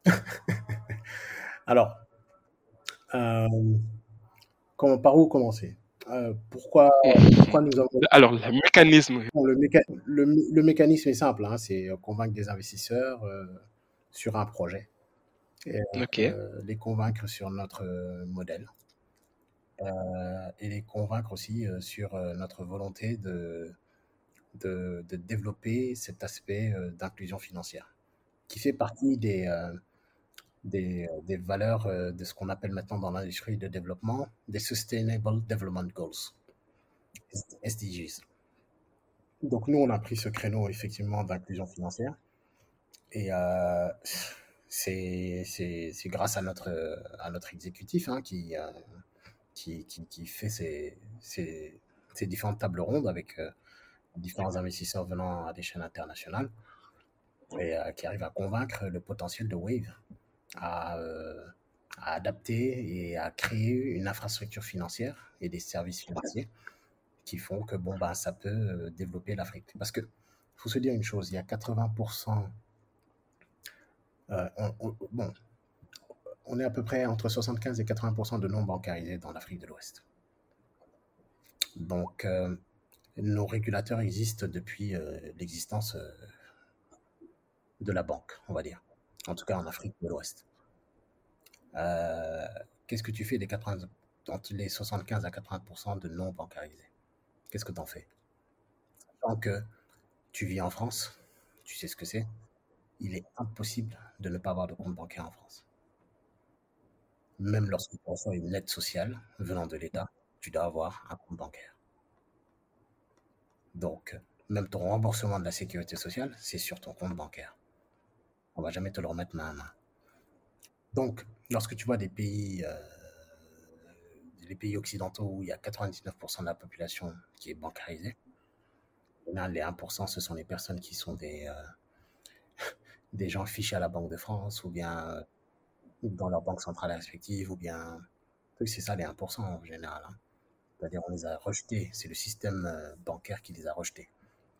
Alors, euh, comment, par où commencer? Euh, pourquoi, pourquoi nous avons
Alors, le mécanisme.
bon, le, méca- le, mé- le mécanisme est simple, hein, c'est euh, convaincre des investisseurs euh, sur un projet et
Ok.
euh, les convaincre sur notre euh, modèle euh, et les convaincre aussi euh, sur euh, notre volonté de, de, de développer cet aspect euh, d'inclusion financière qui fait partie des, euh, des, euh, des valeurs euh, de ce qu'on appelle maintenant dans l'industrie de développement des Sustainable Development Goals, S D Gs. Donc nous, on a pris ce créneau effectivement d'inclusion financière et euh, c'est c'est c'est grâce à notre à notre exécutif hein, qui, euh, qui qui qui fait ces ces ces différentes tables rondes avec euh, différents investisseurs venant à l'échelle internationale et euh, qui arrive à convaincre le potentiel de Wave à, euh, à adapter et à créer une infrastructure financière et des services financiers qui font que bon bah ça peut euh, développer l'Afrique. Parce que faut se dire une chose, il y a quatre-vingts pour cent euh, on, on- bon, on est à peu près entre soixante-quinze et quatre-vingts pour cent de non bancarisés dans l'Afrique de l'Ouest. Donc euh, nos régulateurs existent depuis euh, l'existence euh, de la banque, on va dire. En tout cas en Afrique de l'Ouest. Euh, Qu'est-ce que tu fais des quatre-vingts, entre les soixante-quinze à quatre-vingts pour cent de non bancarisés? Qu'est-ce que tu en fais? Tant que tu vis en France, tu sais ce que c'est. Il est impossible de ne pas avoir de compte bancaire en France. Même lorsque tu reçois une aide sociale venant de l'État, tu dois avoir un compte bancaire. Donc, même ton remboursement de la sécurité sociale, c'est sur ton compte bancaire. On va jamais te le remettre main à main. Donc, lorsque tu vois des pays, euh, les pays occidentaux où il y a quatre-vingt-dix-neuf pour cent de la population qui est bancarisée, les un pour cent, ce sont les personnes qui sont des, euh, des gens fichés à la Banque de France ou bien euh, dans leur banque centrale respective ou bien... C'est ça les un pour cent en général. Hein. C'est-à-dire on les a rejetés. C'est le système euh, bancaire qui les a rejetés.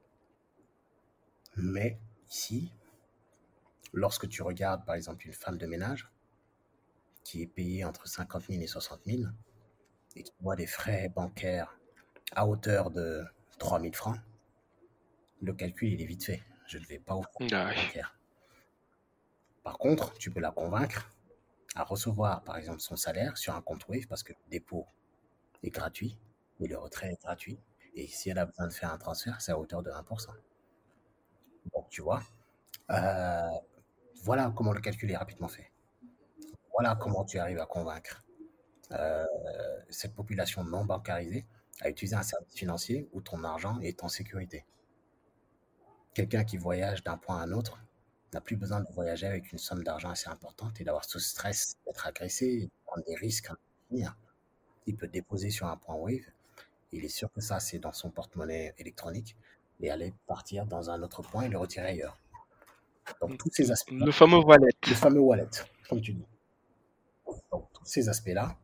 Mais ici, lorsque tu regardes par exemple une femme de ménage qui est payée entre cinquante mille et soixante mille et qui voit des frais bancaires à hauteur de trois mille francs, le calcul il est vite fait. Je ne vais pas ouvrir un compte bancaire. Par contre, tu peux la convaincre à recevoir par exemple son salaire sur un compte Wave parce que le dépôt est gratuit et le retrait est gratuit. Et si elle a besoin de faire un transfert, c'est à hauteur de un pour cent. Donc tu vois, euh, voilà comment le calcul est rapidement fait. Voilà comment tu arrives à convaincre euh, cette population non bancarisée à utiliser un service financier où ton argent est en sécurité. Quelqu'un qui voyage d'un point à un autre n'a plus besoin de voyager avec une somme d'argent assez importante et d'avoir ce stress d'être agressé, de prendre des risques. Il peut déposer sur un point Wave. Il est sûr que ça, c'est dans son porte-monnaie électronique et aller partir dans un autre point et le retirer ailleurs. Donc, tous ces aspects.
Le fameux wallet.
Le fameux wallet, comme tu dis. Donc, tous ces aspects-là,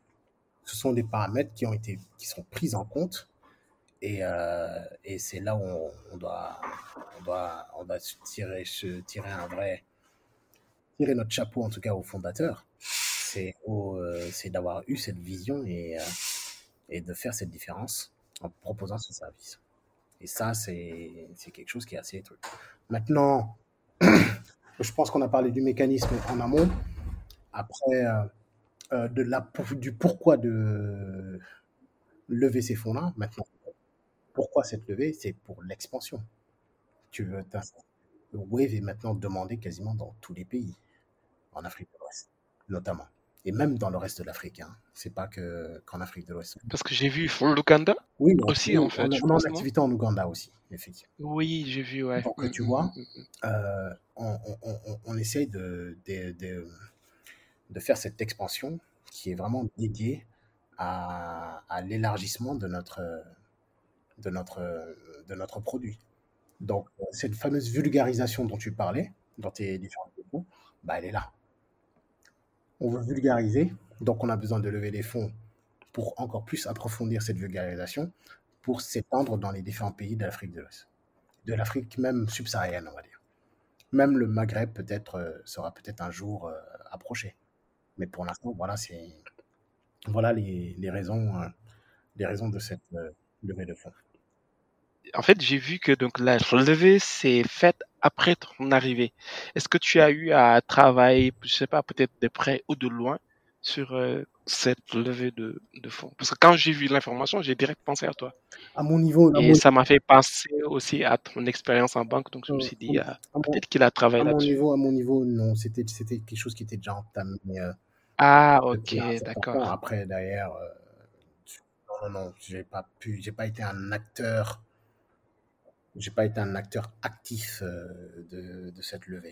ce sont des paramètres qui ont été, qui sont pris en compte. Et, euh, et c'est là où on, on doit, on doit, on doit tirer, se tirer un vrai, tirer notre chapeau en tout cas aux fondateurs. C'est, au, euh, c'est d'avoir eu cette vision et, euh, et de faire cette différence en proposant ce service. Et ça, c'est, c'est quelque chose qui est assez truc. Maintenant, je pense qu'on a parlé du mécanisme en amont. Après, euh, euh, de la, du pourquoi de lever ces fonds-là. Maintenant, pourquoi cette levée? C'est pour l'expansion. Tu veux Le Wave est maintenant demandé quasiment dans tous les pays, en Afrique de l'Ouest, notamment. Et même dans le reste de l'Afrique. Hein. C'est pas que, qu'en Afrique de l'Ouest.
Parce que j'ai vu l'Ouganda
oui,
aussi,
oui,
en fait.
On,
je
on a
pense,
une activité en Ouganda aussi, effectivement.
Oui, j'ai vu, ouais.
Donc,
mmh,
tu
mmh,
vois,
mmh, mmh.
euh, on, on, on, on essaye de, de, de, de faire cette expansion qui est vraiment dédiée à, à l'élargissement de notre, de, notre, de notre produit. Donc, cette fameuse vulgarisation dont tu parlais, dans tes différents propos, bah, elle est là. On veut vulgariser, donc on a besoin de lever des fonds pour encore plus approfondir cette vulgarisation, pour s'étendre dans les différents pays de l'Afrique de l'Ouest, de l'Afrique même subsaharienne, on va dire. Même le Maghreb peut-être euh, sera peut-être un jour euh, approché. Mais pour l'instant, voilà, c'est voilà les, les raisons, euh, les raisons de cette euh, levée de fonds.
En fait, j'ai vu que donc la levée s'est faite après ton arrivée. Est-ce que tu as eu à travailler, je sais pas, peut-être de près ou de loin sur euh, cette levée de, de fonds? Parce que quand j'ai vu l'information, j'ai direct pensé à toi.
À mon niveau, à
Et
mon,
ça m'a fait penser aussi à ton expérience en banque. Donc je me
euh,
suis dit, ah,
à mon-
peut-être qu'il a travaillé
à mon
là-dessus.
niveau, à mon niveau, non, c'était c'était quelque chose qui était déjà entamé euh,
Ah,
depuis un
ok,
certain temps.
d'accord.
Après, derrière, euh, non, non, non, j'ai pas pu, j'ai pas été un acteur, j'ai pas été un acteur actif euh, de, de cette levée.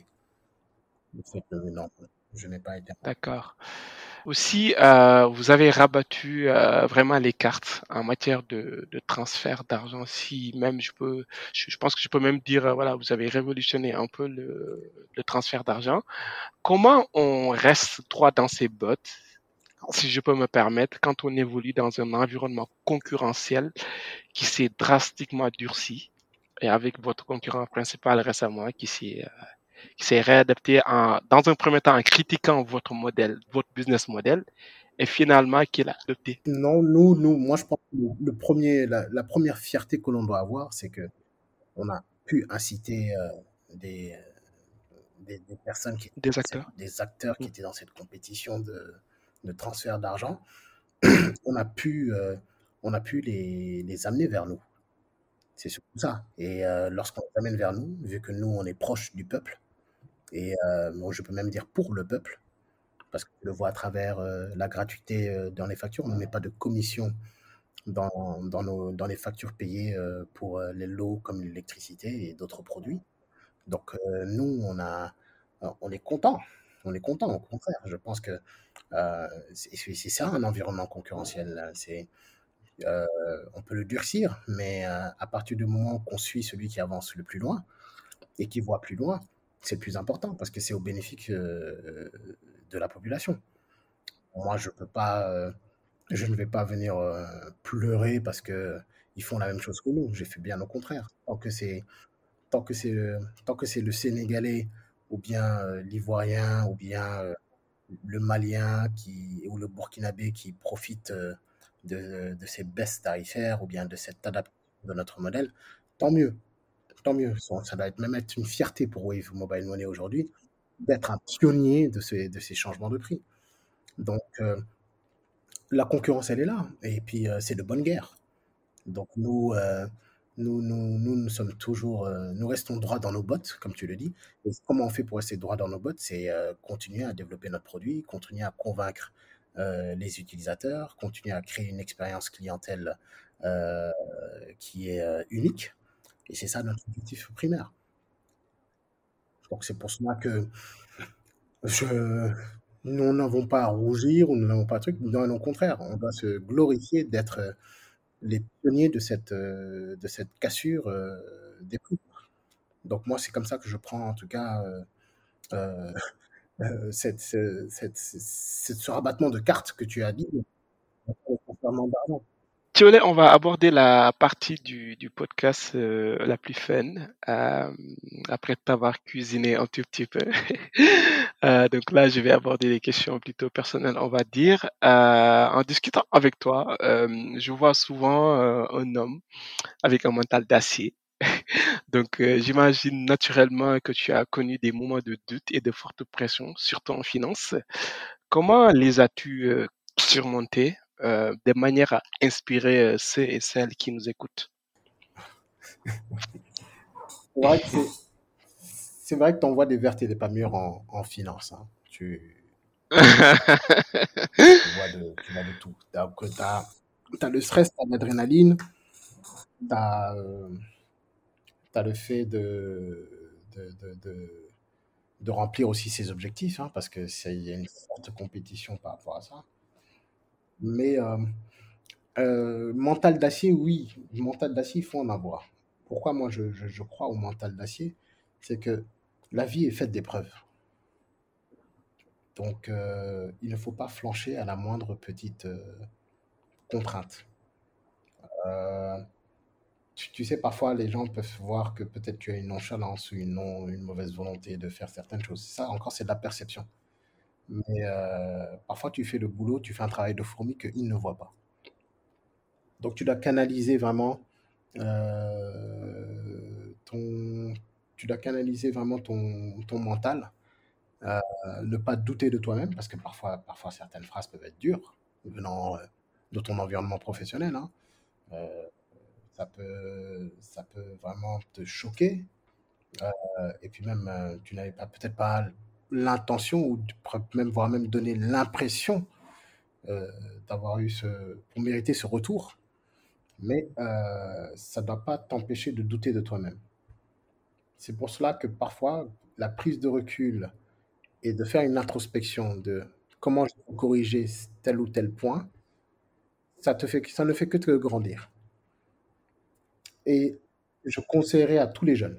De cette levée, non, je n'ai pas été.
D'accord. Aussi, euh, vous avez rabattu euh, vraiment les cartes en matière de, de transfert d'argent. Si même je peux, je, je pense que je peux même dire, euh, voilà, vous avez révolutionné un peu le, le transfert d'argent. Comment on reste droit dans ses bottes, si je peux me permettre, quand on évolue dans un environnement concurrentiel qui s'est drastiquement durci et avec votre concurrent principal récemment qui s'est euh, qui s'est réadapté en, dans un premier temps en critiquant votre modèle, votre business model, et finalement qu'il a adopté.
Non, nous, nous, moi, je pense que le, le premier, la, la première fierté que l'on doit avoir, c'est que on a pu inciter euh, des, euh, des, des personnes qui étaient
Des
dans cette-
acteurs.
des acteurs qui
Mm.
étaient dans cette compétition de, de transfert d'argent. On a pu, euh, on a pu les, les amener vers nous. C'est surtout ça. Et euh, lorsqu'on les amène vers nous, vu que nous, on est proche du peuple, et euh, bon, je peux même dire pour le peuple, parce que je le vois à travers euh, la gratuité euh, dans les factures, on ne met pas de commission dans, dans, nos, dans les factures payées euh, pour euh, les lots comme l'électricité et d'autres produits. Donc, euh, nous, on, a, on est content. On est content, au contraire. Je pense que euh, c'est c'est ça un environnement concurrentiel. Là. C'est, euh, on peut le durcir, mais euh, à partir du moment qu'on suit celui qui avance le plus loin et qui voit plus loin, c'est le plus important parce que c'est au bénéfice euh, de la population. Moi, je peux pas, euh, je ne vais pas venir euh, pleurer parce que ils font la même chose que nous. J'ai fait bien au contraire. Tant que c'est, tant que c'est, euh, tant que c'est le Sénégalais ou bien euh, l'Ivoirien ou bien euh, le Malien qui, ou le Burkinabé qui profite euh, de, de ces baisses tarifaires ou bien de cette adaptation de notre modèle, tant mieux, tant mieux. Ça, ça doit être, même être une fierté pour Wave Mobile Money aujourd'hui d'être un pionnier de ces, de ces changements de prix. Donc, euh, la concurrence, elle est là. Et puis, euh, c'est de bonne guerre. Donc, nous, euh, nous, nous, nous, nous sommes toujours, euh, nous restons droits dans nos bottes, comme tu le dis. Et comment on fait pour rester droit dans nos bottes? C'est euh, continuer à développer notre produit, continuer à convaincre euh, les utilisateurs, continuer à créer une expérience clientèle euh, qui est euh, unique. Et c'est ça notre objectif primaire. Donc, c'est pour cela que je, nous n'avons pas à rougir ou nous n'avons pas à truc. Non, au contraire, on doit se glorifier d'être euh, les pionniers de cette, euh, de cette cassure euh, des prix. Donc moi, c'est comme ça que je prends en tout cas euh, euh, euh, cette, ce- cette, ce ce rabattement de cartes que tu as dit concernant d'argent.
Théolé, on va aborder la partie du, du podcast euh, la plus fun, euh, après t'avoir cuisiné un tout petit peu. Euh, donc là, je vais aborder les questions plutôt personnelles, on va dire. Euh, en discutant avec toi, euh, je vois souvent euh, un homme avec un mental d'acier. Donc, euh, j'imagine naturellement que tu as connu des moments de doute et de forte pression, surtout en finance. Comment les as-tu euh, surmontés euh, de manière à inspirer euh, ceux et celles qui nous écoutent?
C'est vrai que c'est, c'est vrai que tu envoies des vertes et des pas mûres en, en finance. Hein. Tu, tu vois de, tu vois de tout. Tu as, le stress, tu as l'adrénaline, tu as, le fait de, de, de, de, de remplir aussi ses objectifs, hein, parce que c'est- il y a une forte compétition par rapport à ça. Mais euh, euh, mental d'acier, oui, mental d'acier, il faut en avoir. Pourquoi moi je, je, je crois au mental d'acier? C'est que la vie est faite d'épreuves. Donc euh, il ne faut pas flancher à la moindre petite euh, contrainte. Euh, tu, tu sais, parfois les gens peuvent voir que peut-être tu as une nonchalance ou une, non, une mauvaise volonté de faire certaines choses. Ça encore, c'est de la perception. Mais euh, parfois tu fais le boulot, tu fais un travail de fourmi qu'ils ne voient pas. Donc tu dois canaliser vraiment euh, ton, tu dois canaliser vraiment ton, ton mental, euh, ne pas douter de toi-même, parce que parfois, parfois certaines phrases peuvent être dures, venant euh, de ton environnement professionnel. Hein. Euh, ça peut, ça peut vraiment te choquer. Euh, et puis même, euh, tu n'avais pas peut-être pas l'intention, ou tu pourrais même voire même donner l'impression euh, d'avoir eu ce, pour mériter ce retour. Mais euh, ça ne doit pas t'empêcher de douter de toi-même. C'est pour cela que parfois, la prise de recul et de faire une introspection de comment je peux corriger tel ou tel point, ça, te fait, ça ne fait que te grandir. Et je conseillerais à tous les jeunes,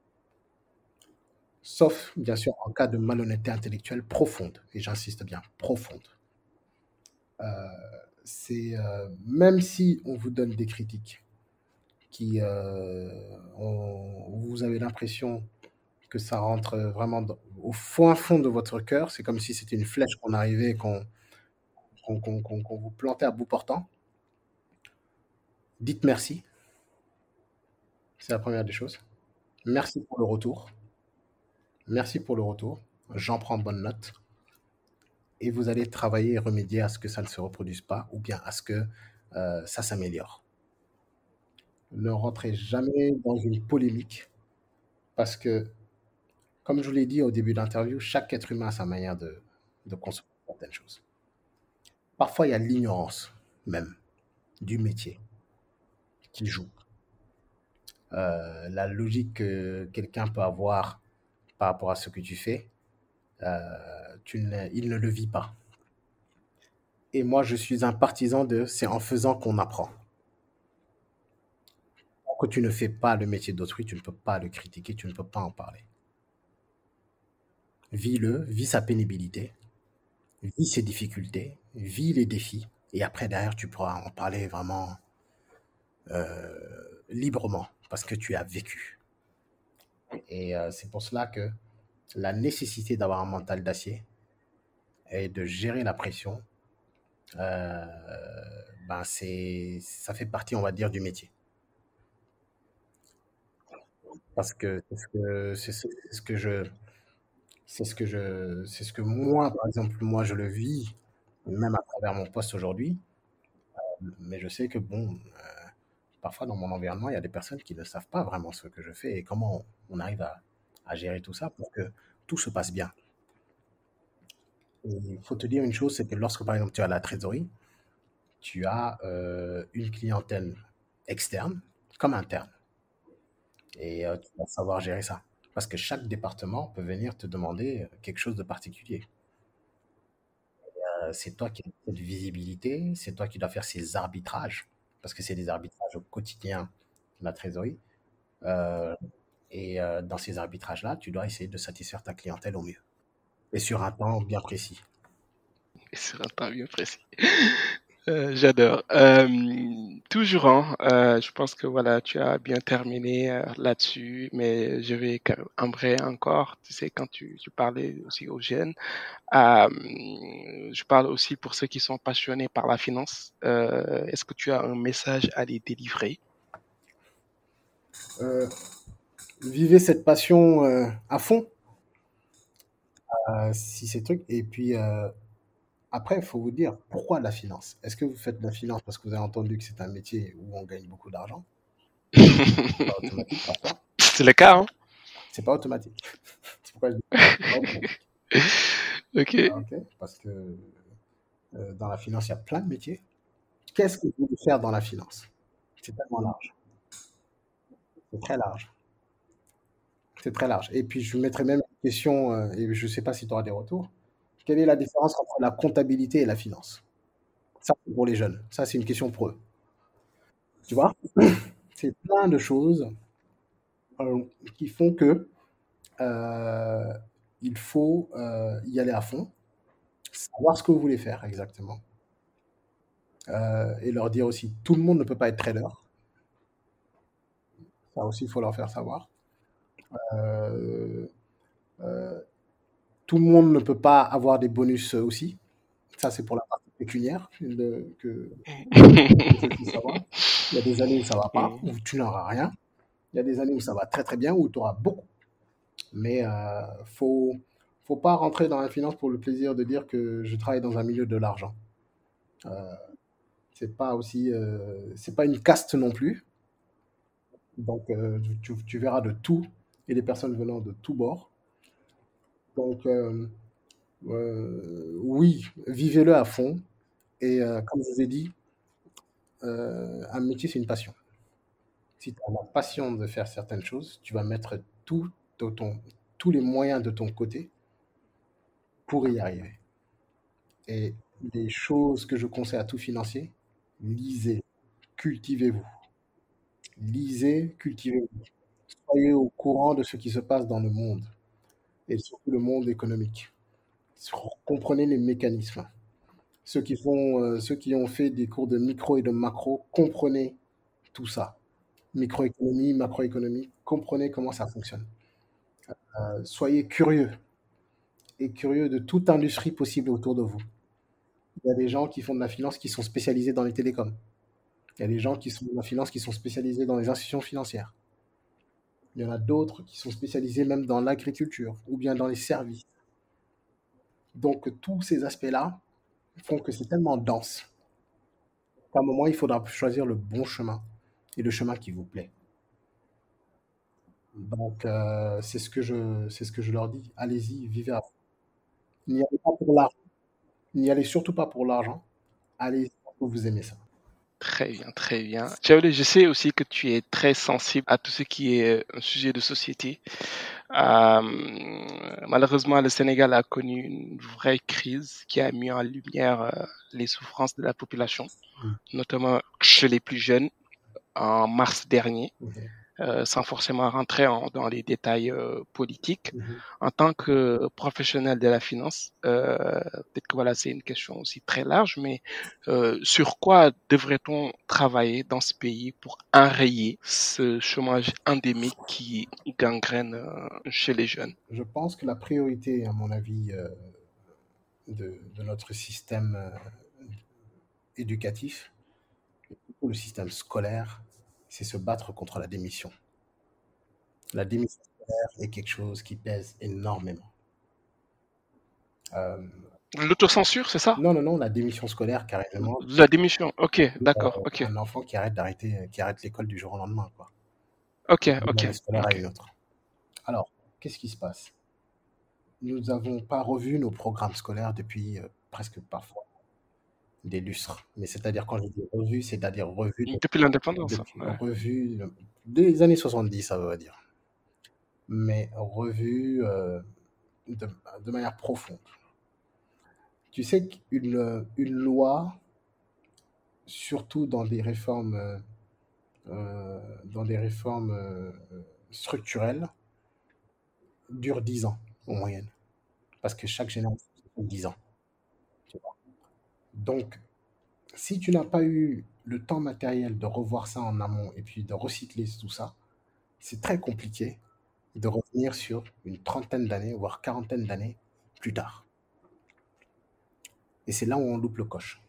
sauf bien sûr en cas de malhonnêteté intellectuelle profonde, et j'insiste bien, profonde. Euh, c'est euh, même si on vous donne des critiques qui, euh, ont- vous avez l'impression que ça rentre vraiment dans- au fin fond de votre cœur. C'est comme si c'était une flèche qu'on arrivait, qu'on qu'on qu'on- qu'on- qu'on vous plantait à bout portant. Dites merci, c'est la première des choses. Merci pour le retour. Merci pour le retour. J'en prends bonne note. Et vous allez travailler et remédier à ce que ça ne se reproduise pas ou bien à ce que euh, ça s'améliore. Ne rentrez jamais dans une polémique parce que, comme je vous l'ai dit au début de l'interview, chaque être humain a sa manière de, de concevoir certaines choses. Parfois, il y a de l'ignorance même. du métier qui joue. Euh, la logique que quelqu'un peut avoir par rapport à ce que tu fais, euh, tu ne- il ne le vit pas. Et moi, je suis un partisan de c'est en faisant qu'on apprend. Quand tu ne fais pas le métier d'autrui, tu ne peux pas le critiquer, tu ne peux pas en parler. Vis-le, vis sa pénibilité, vis ses difficultés, vis les défis, et après, derrière, tu pourras en parler vraiment euh, librement, parce que tu as vécu. Et euh, c'est pour cela que la nécessité d'avoir un mental d'acier et de gérer la pression, euh, ben c'est, ça fait partie, on va dire, du métier. Parce que c'est ce que, c'est ce, c'est ce que je, c'est ce que je, c'est ce que moi, par exemple, moi, je le vis, même à travers mon poste aujourd'hui. Mais je sais que, bon, euh, parfois dans mon environnement, il y a des personnes qui ne savent pas vraiment ce que je fais et comment on arrive à, à gérer tout ça pour que tout se passe bien. Et il faut te dire une chose, c'est que lorsque, par exemple, tu as la trésorerie, tu as euh, une clientèle externe comme interne. Et euh, tu vas savoir gérer ça. Parce que chaque département peut venir te demander euh, quelque chose de particulier. Euh, c'est toi qui as cette visibilité, c'est toi qui dois faire ces arbitrages, parce que c'est des arbitrages au quotidien, la trésorerie. Euh, et euh, dans ces arbitrages-là, tu dois essayer de satisfaire ta clientèle au mieux. Et sur un temps bien précis.
Et sur un temps bien précis. Euh, j'adore. Euh, toujours, hein, euh, je pense que voilà, tu as bien terminé euh, là-dessus, mais je vais quand même embrayer encore. Tu sais, quand tu, tu parlais aussi aux jeunes, euh, je parle aussi pour ceux qui sont passionnés par la finance. Euh, est-ce que tu as un message à les délivrer?
Euh, Vivez cette passion euh, à fond, euh, si c'est truc. Et puis, euh, après, il faut vous dire, pourquoi la finance? Est-ce que vous faites de la finance parce que vous avez entendu que c'est un métier où on gagne beaucoup d'argent? C'est pas automatique parfois.
C'est le cas, hein?
C'est pas automatique. C'est pourquoi je dis c'est pas automatique.
Ok.
Ah, ok? Parce que euh, dans la finance, il y a plein de métiers. Qu'est-ce que vous voulez faire dans la finance? C'est tellement large. C'est très large. C'est très large. Et puis, je mettrais même une question, euh, et je ne sais pas si tu auras des retours. Quelle est la différence entre la comptabilité et la finance? Ça, c'est pour les jeunes. Ça, c'est une question pour eux. Tu vois? C'est plein de choses euh, qui font que euh, il faut euh, y aller à fond, savoir ce que vous voulez faire exactement. Euh, et leur dire aussi, tout le monde ne peut pas être trader. Ça aussi, il faut leur faire savoir. Euh, euh, Tout le monde ne peut pas avoir des bonus euh, aussi. Ça, c'est pour la partie pécuniaire de- que, que je puisse savoir. Il y a des années où ça va pas,
Mm.
où tu n'auras rien. Il y a des années où ça va très très bien, où tu auras beaucoup. Mais euh, faut faut pas rentrer dans la finance pour le plaisir de dire que je travaille dans un milieu de l'argent. Euh, c'est pas aussi, euh, c'est pas une caste non plus. Donc euh, tu, tu verras de tout et des personnes venant de tous bords. Donc euh, euh, oui, vivez-le à fond. Et euh, comme je vous ai dit, euh, un métier c'est une passion. Si tu as la passion de faire certaines choses, tu vas mettre tout de ton, tous les moyens de ton côté pour y arriver. Et les choses que je conseille à tout financier, lisez, cultivez-vous. Lisez, cultivez-vous. Soyez au courant de ce qui se passe dans le monde, et surtout le monde économique. Comprenez les mécanismes. Ceux qui font, euh, ceux qui ont fait des cours de micro et de macro, comprenez tout ça. Microéconomie, macroéconomie, comprenez comment ça fonctionne. Euh, soyez curieux et curieux de toute industrie possible autour de vous. Il y a des gens qui font de la finance qui sont spécialisés dans les télécoms. Il y a des gens qui sont dans la finance qui sont spécialisés dans les institutions financières. Il y en a d'autres qui sont spécialisés même dans l'agriculture ou bien dans les services. Donc tous ces aspects-là font que c'est tellement dense qu'à un moment, il faudra choisir le bon chemin et le chemin qui vous plaît. Donc euh, c'est ce que je, c'est ce que je leur dis. Allez-y, vivez à fond. N'y allez pas pour l'argent. N'y allez surtout pas pour l'argent. Allez parce que vous aimez ça.
Très bien, très bien. Thiaoulé, je sais aussi que tu es très sensible à tout ce qui est un sujet de société. Euh, malheureusement, le Sénégal a connu une vraie crise qui a mis en lumière euh, les souffrances de la population,
Mm.
notamment chez les plus jeunes, en mars dernier.
Mhm.
Euh, sans forcément rentrer en- dans les détails euh, politiques.
Mhm.
En tant que professionnel de la finance, euh, peut-être que voilà, c'est une question aussi très large, mais euh, sur quoi devrait-on travailler dans ce pays pour enrayer ce chômage endémique qui gangrène euh, chez les jeunes?
Je pense que la priorité, à mon avis, euh, de, de notre système euh, éducatif, ou le système scolaire, c'est se battre contre la démission. La démission scolaire est quelque chose qui pèse énormément. Euh,
L'autocensure, c'est ça?
non, non, non, la démission scolaire, carrément,
La démission. Ok,
euh,
d'accord, ok.
un enfant qui arrête d'arrêter, qui arrête l'école du jour au lendemain, quoi,
Ok,
d'une
ok,
année scolaire à
ok.
une autre. Alors, qu'est-ce qui se passe? Nous n'avons pas revu nos programmes scolaires depuis euh, presque parfois des lustres. Mais c'est-à-dire, quand je dis revu, c'est-à-dire revu de-
Depuis l'indépendance.
depuis
Ouais.
revu euh, des années soixante-dix, ça veut dire, mais revu euh, de, de manière profonde. Tu sais qu'une une loi, surtout dans des réformes, euh, euh, dans des réformes euh, structurelles, dure dix ans en moyenne, parce que chaque génération, c'est dix ans. Tu vois. Donc, si tu n'as pas eu le temps matériel de revoir ça en amont et puis de recycler tout ça, c'est très compliqué de revenir sur une trentaine d'années, voire quarantaine d'années plus tard. Et c'est là où on loupe le coche.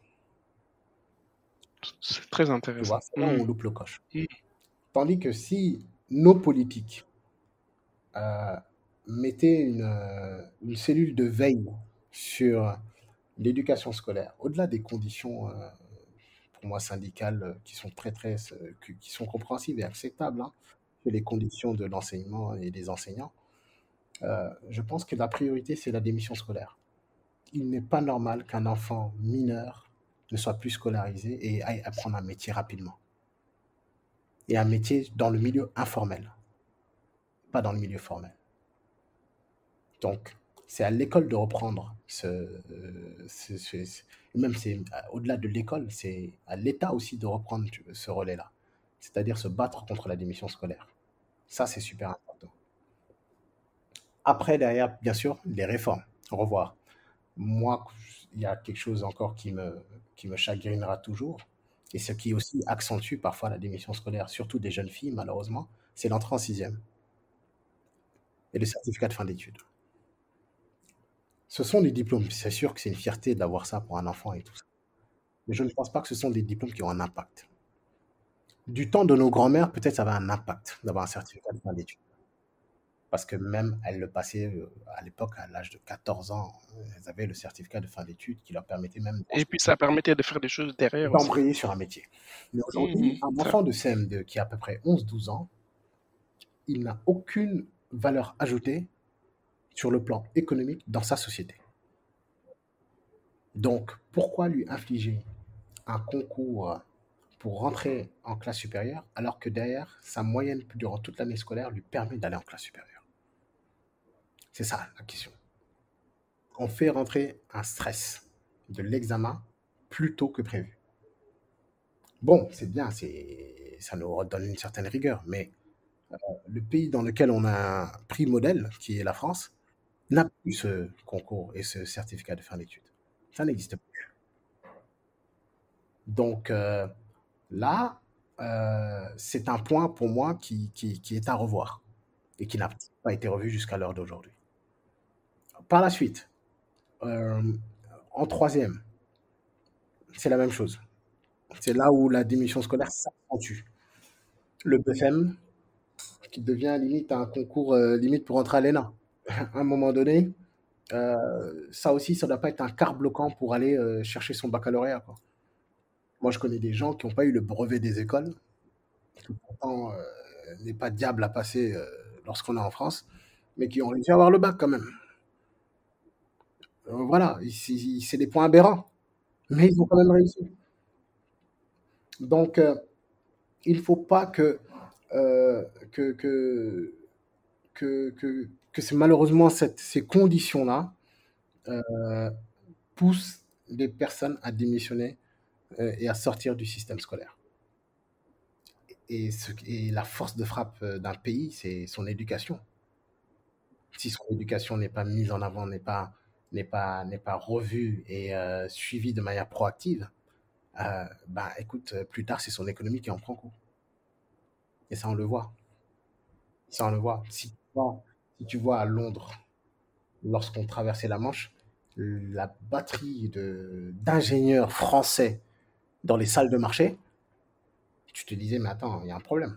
C'est très
Tu
intéressant.
vois, c'est là où
Mm.
on loupe le coche.
Mm.
Tandis que si nos politiques euh, mettaient une, euh, une cellule de veille sur l'éducation scolaire, au-delà des conditions, euh, pour moi, syndicales, euh, qui sont très, très, euh, qui qui sont compréhensibles et acceptables, hein, sur les conditions de l'enseignement et des enseignants, euh, je pense que la priorité, c'est la démission scolaire. Il n'est pas normal qu'un enfant mineur ne soit plus scolarisé et aille apprendre un métier rapidement. Et un métier dans le milieu informel, pas dans le milieu formel. Donc, c'est à l'école de reprendre ce, euh, ce- ce- ce- même c'est euh, au-delà de l'école, c'est à l'État aussi de reprendre tu- ce relais-là. C'est-à-dire se battre contre la démission scolaire. Ça, c'est super important. Après, derrière, bien sûr, les réformes. Revoir. Moi, il y a quelque chose encore qui me, qui me chagrinera toujours, et ce qui aussi accentue parfois la démission scolaire, surtout des jeunes filles, malheureusement, c'est l'entrée en sixième et le certificat de fin d'études. Ce sont des diplômes, c'est sûr que c'est une fierté d'avoir ça pour un enfant et tout ça. Mais je ne pense pas que ce sont des diplômes qui ont un impact. Du temps de nos grands-mères, peut-être ça avait un impact d'avoir un certificat de fin d'études. Parce que même elles le passaient euh, à l'époque, à l'âge de quatorze ans, euh, elles avaient le certificat de fin d'études qui leur permettait même
Et puis ça permettait de faire des choses derrière aussi.
d'embrayer sur un métier. Mais aujourd'hui,
Mhm,
un
ça.
enfant de C M deux qui a à peu près onze douze ans, il n'a aucune valeur ajoutée sur le plan économique dans sa société. Donc, pourquoi lui infliger un concours pour rentrer en classe supérieure alors que derrière, sa moyenne durant toute l'année scolaire lui permet d'aller en classe supérieure? C'est ça la question. On fait rentrer un stress de l'examen plus tôt que prévu. Bon, c'est bien, c'est, ça nous redonne une certaine rigueur, mais euh, le pays dans lequel on a un prix modèle, qui est la France, n'a plus ce concours et ce certificat de fin d'études. Ça n'existe plus. Donc euh, là, euh, c'est un point pour moi qui, qui, qui est à revoir et qui n'a pas été revu jusqu'à l'heure d'aujourd'hui. Par la suite, euh, en troisième, c'est la même chose. C'est là où la démission scolaire s'accentue. Le B F M, qui devient limite un concours euh, limite pour entrer à l'E N A. À un moment donné, euh, ça aussi, ça ne doit pas être un quart bloquant pour aller euh, chercher son baccalauréat, quoi. Moi, je connais des gens qui n'ont pas eu le brevet des écoles, qui pourtant euh, n'est pas diable à passer euh, lorsqu'on est en France, mais qui ont réussi à avoir le bac quand même. Euh, voilà, c'est c'est des points aberrants, mais ils ont quand même réussi. Donc, euh, il ne faut pas que, euh, que, que, que, que, que c'est malheureusement cette, ces conditions-là euh, poussent les personnes à démissionner euh, et à sortir du système scolaire. Et, ce, et la force de frappe d'un pays, c'est son éducation. Si son éducation n'est pas mise en avant, n'est pas, n'est pas, n'est pas revue et euh, suivie de manière proactive, euh, bah, écoute, plus tard, c'est son économie qui en prend coup. Et ça, on le voit. Ça, on le voit. Si tu vois, si tu vois à Londres, lorsqu'on traversait la Manche, la batterie de, d'ingénieurs français dans les salles de marché, tu te disais, mais attends, il y a un problème.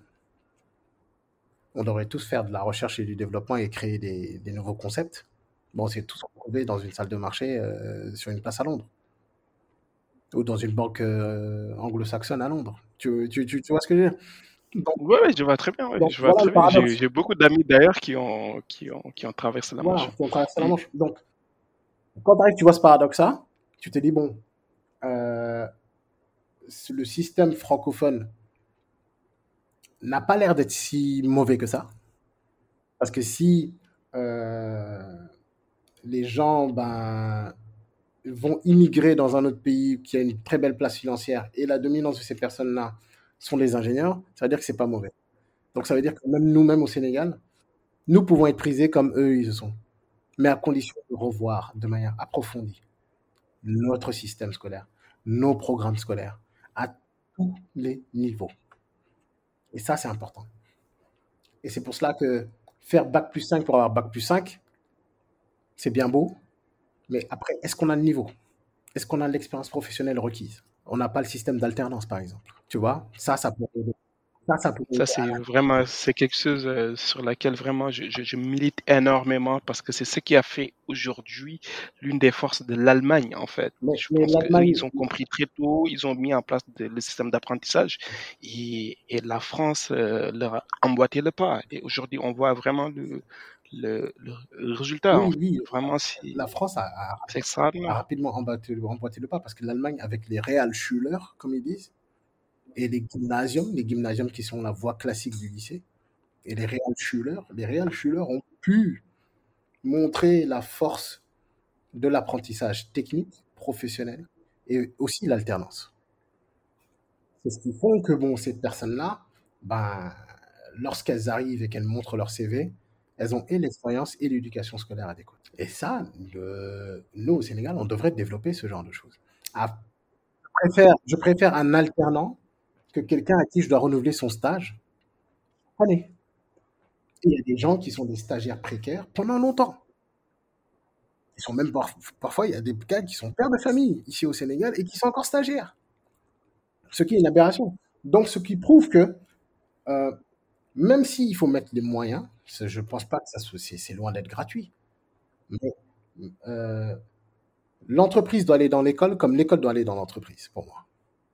On devrait tous faire de la recherche et du développement et créer des, des nouveaux concepts. Bon, c'est tous retrouvés dans une salle de marché euh, sur une place à Londres ou dans une banque euh, anglo-saxonne à Londres. Tu, tu, tu, tu vois ce que je veux dire? Donc,
Ouais, ouais, je vois très bien, ouais,
donc
je vois
voilà le
très bien. J'ai,
paradoxe.
j'ai beaucoup d'amis d'ailleurs qui ont, qui ont, qui ont traversé la
Voilà,
Manche.
qui ont traversé la
Mm.
Manche. Donc, quand tu arrives, tu vois ce paradoxe-là, tu te dis, bon, euh, le système francophone n'a pas l'air d'être si mauvais que ça. Parce que si euh, les gens ben, vont immigrer dans un autre pays qui a une très belle place financière et la dominance de ces personnes-là sont les ingénieurs, ça veut dire que c'est pas mauvais. Donc ça veut dire que même nous-mêmes au Sénégal, nous pouvons être prisés comme eux ils le sont, mais à condition de revoir de manière approfondie notre système scolaire, nos programmes scolaires, à tous les niveaux. Et ça, c'est important. Et c'est pour cela que faire bac plus cinq pour avoir bac plus cinq, c'est bien beau, mais après, est-ce qu'on a le niveau? Est-ce qu'on a l'expérience professionnelle requise? On n'a pas le système d'alternance, par exemple. Tu vois, ça, ça peut aider. Ça, ça peut aider.
Ça, c'est vraiment, c'est quelque chose euh, sur laquelle vraiment je, je, je milite énormément parce que c'est ce qui a fait aujourd'hui l'une des forces de l'Allemagne, en fait.
Mais,
Je
mais
pense qu'eux,
l'Allemagne,
ils ont compris très tôt, ils ont mis en place de- le système d'apprentissage et, et la France euh, leur a emboîté le pas. Et aujourd'hui, on voit vraiment le, le, le résultat. En
oui,
fait.
oui,
Vraiment, c'est
la France a, a-
c'est
a
extraordinaire.
rapidement emboîté, emboîté le pas parce que l'Allemagne, avec les Realschüler, comme ils disent, et les gymnasiums, les gymnasiums qui sont la voie classique du lycée, et les Realschüler, les Realschüler ont pu montrer la force de l'apprentissage technique, professionnel, et aussi l'alternance. C'est ce qui font que bon, ces personnes-là, ben, lorsqu'elles arrivent et qu'elles montrent leur C V, elles ont et l'expérience et l'éducation scolaire adéquate. Et ça, le- nous au Sénégal, on devrait développer ce genre de choses. Ah, je préfère, je préfère un alternant que quelqu'un à qui je dois renouveler son stage. Allez. Et il y a des gens qui sont des stagiaires précaires pendant longtemps. Ils sont même par- parfois, il y a des gars qui sont pères de famille ici au Sénégal et qui sont encore stagiaires. Ce qui est une aberration. Donc, ce qui prouve que euh, même s'il faut mettre les moyens, c'est- je ne pense pas que ça soit, c'est, c'est loin d'être gratuit. Mais euh, l'entreprise doit aller dans l'école comme l'école doit aller dans l'entreprise, pour moi.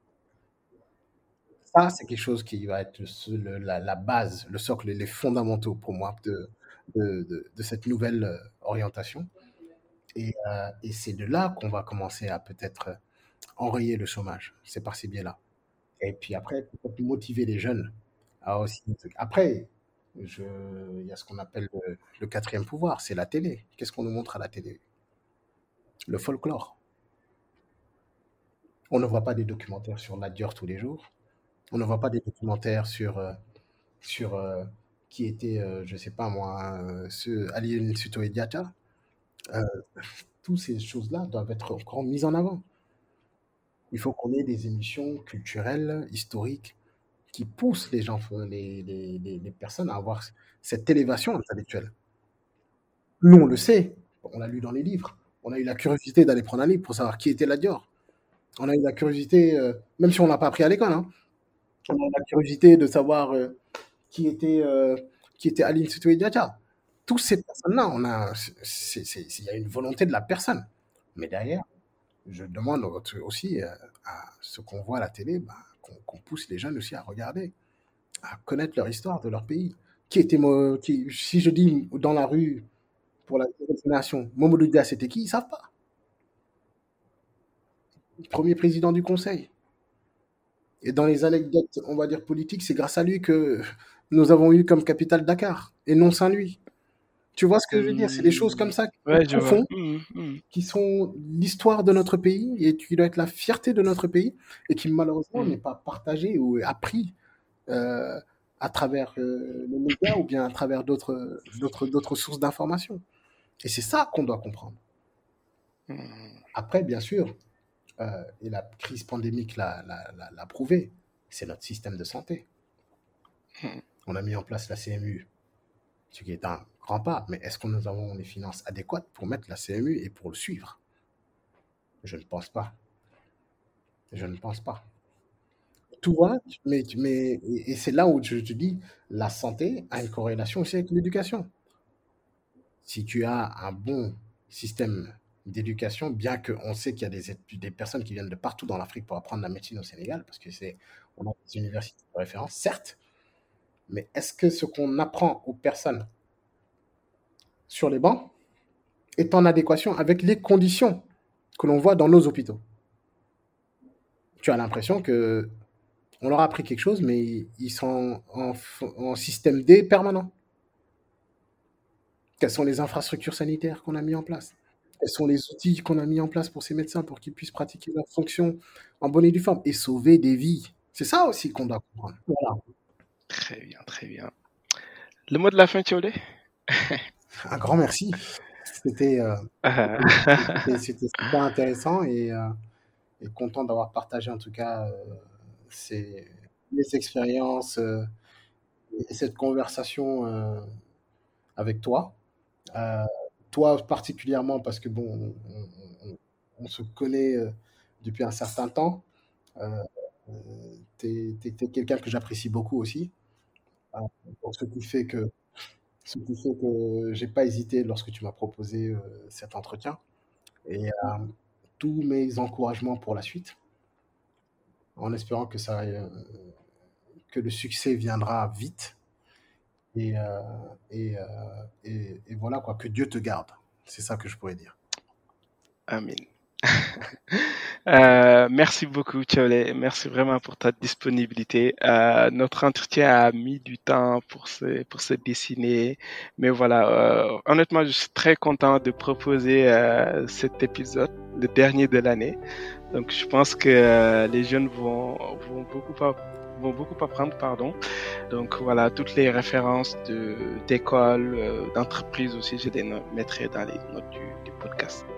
Ça, c'est quelque chose qui va être le- le- la, la base, le socle, les fondamentaux pour moi de, de, de- de cette nouvelle euh, orientation. Et, euh, et c'est de là qu'on va commencer à peut-être enrayer le chômage. C'est par ces biais-là. Et puis après, peut-être motiver les jeunes à aussi. Après, je, il y a ce qu'on appelle le, le quatrième pouvoir, c'est la télé. Qu'est-ce qu'on nous montre à la télé? Le folklore. On ne voit pas des documentaires sur la Dior tous les jours. On ne voit pas des documentaires sur, euh, sur euh, qui était, euh, je sais pas moi, euh, ce Aline Sitoé Diatta. Euh, toutes ces choses-là doivent être encore mises en avant. Il faut qu'on ait des émissions culturelles, historiques, qui poussent les gens, les, les, les, les personnes à avoir cette élévation intellectuelle. Nous, on le sait, on l'a lu dans les livres. On a eu la curiosité d'aller prendre un livre pour savoir qui était la Dior. On a eu la curiosité, euh, même si on l'a pas appris à l'école, hein, on a eu la curiosité de savoir euh, qui était, euh, qui était Aline Sitoé Diatta. Toutes ces personnes-là, on a, c'est, c'est, c'est- il y a une volonté de la personne. Mais derrière, je demande aussi euh, à ce qu'on voit à la télé, bah, qu'on qu'on pousse les jeunes aussi à regarder, à connaître leur histoire de leur pays. Qui était, Mo- qui, si je dis dans la rue pour la nouvelle génération, Mamadou Dia, c'était qui? Ils savent pas. Premier président du Conseil. Et dans les anecdotes, on va dire politiques, c'est grâce à lui que nous avons eu comme capitale Dakar, et non Saint-Louis. Tu vois ce que je veux dire? C'est des choses comme
Hmm.
ça qui
Ouais,
sont
je vois.
profondes,
Hmm, hmm,
qui sont l'histoire de notre pays et qui doit être la fierté de notre pays et qui malheureusement
hmm.
n'est pas partagée ou appris euh, à travers euh, les médias ou bien à travers d'autres d'autres d'autres sources d'information. Et c'est ça qu'on doit comprendre.
Hmm.
Après, bien sûr, euh, et la crise pandémique l'a, l'a, l'a, l'a prouvé, c'est notre système de santé.
Hmm.
On a mis en place la C M U, ce qui est un grand pas, mais est-ce que nous avons les finances adéquates pour mettre la C M U et pour le suivre? Je ne pense pas. Je ne pense pas. Tu vois, mais, mais, et et c'est là où je te dis, la santé a une corrélation aussi avec l'éducation. Si tu as un bon système d'éducation, bien qu'on sait qu'il y a des, étu- des personnes qui viennent de partout dans l'Afrique pour apprendre la médecine au Sénégal, parce que c'est, on a des universités de référence, certes, mais est-ce que ce qu'on apprend aux personnes sur les bancs est en adéquation avec les conditions que l'on voit dans nos hôpitaux? Tu as l'impression que on leur a appris quelque chose, mais ils sont en, f- en système D permanent. Quelles sont les infrastructures sanitaires qu'on a mis en place? Quels sont les outils qu'on a mis en place pour ces médecins pour qu'ils puissent pratiquer leurs fonctions en bonne et due forme et sauver des vies? C'est ça aussi qu'on doit comprendre. Voilà.
Très bien, très bien. Le mot de la fin, Thiolé?
Un grand merci. C'était euh,
Ah.
c'était c'était super intéressant et, euh, et content d'avoir partagé en tout cas euh, ces, mes expériences euh, et cette conversation euh, avec toi. Euh, Toi particulièrement parce que bon, on, on- on se connaît euh, depuis un certain temps. Euh, euh, t'es, t'es- t'es quelqu'un que j'apprécie beaucoup aussi. Euh, donc ce qui fait que, ce qui fait que j'ai pas hésité lorsque tu m'as proposé euh, cet entretien. Et euh, tous mes encouragements pour la suite, en espérant que ça, euh, que le succès viendra vite. Et, euh, et, euh, et, et voilà quoi, que Dieu te garde. C'est ça que je pourrais dire.
Amen. Euh, merci beaucoup, Thiolé. Merci vraiment pour ta disponibilité. Euh, notre entretien a mis du temps pour se, pour se dessiner. Mais voilà, euh, honnêtement, je suis très content de proposer euh, cet épisode, le dernier de l'année. Donc, je pense que euh, les jeunes vont, vont beaucoup app- vont beaucoup apprendre, pardon. Donc, voilà, toutes les références de, d'écoles, euh, d'entreprises aussi, je les no- mettrai dans les notes du, du podcast.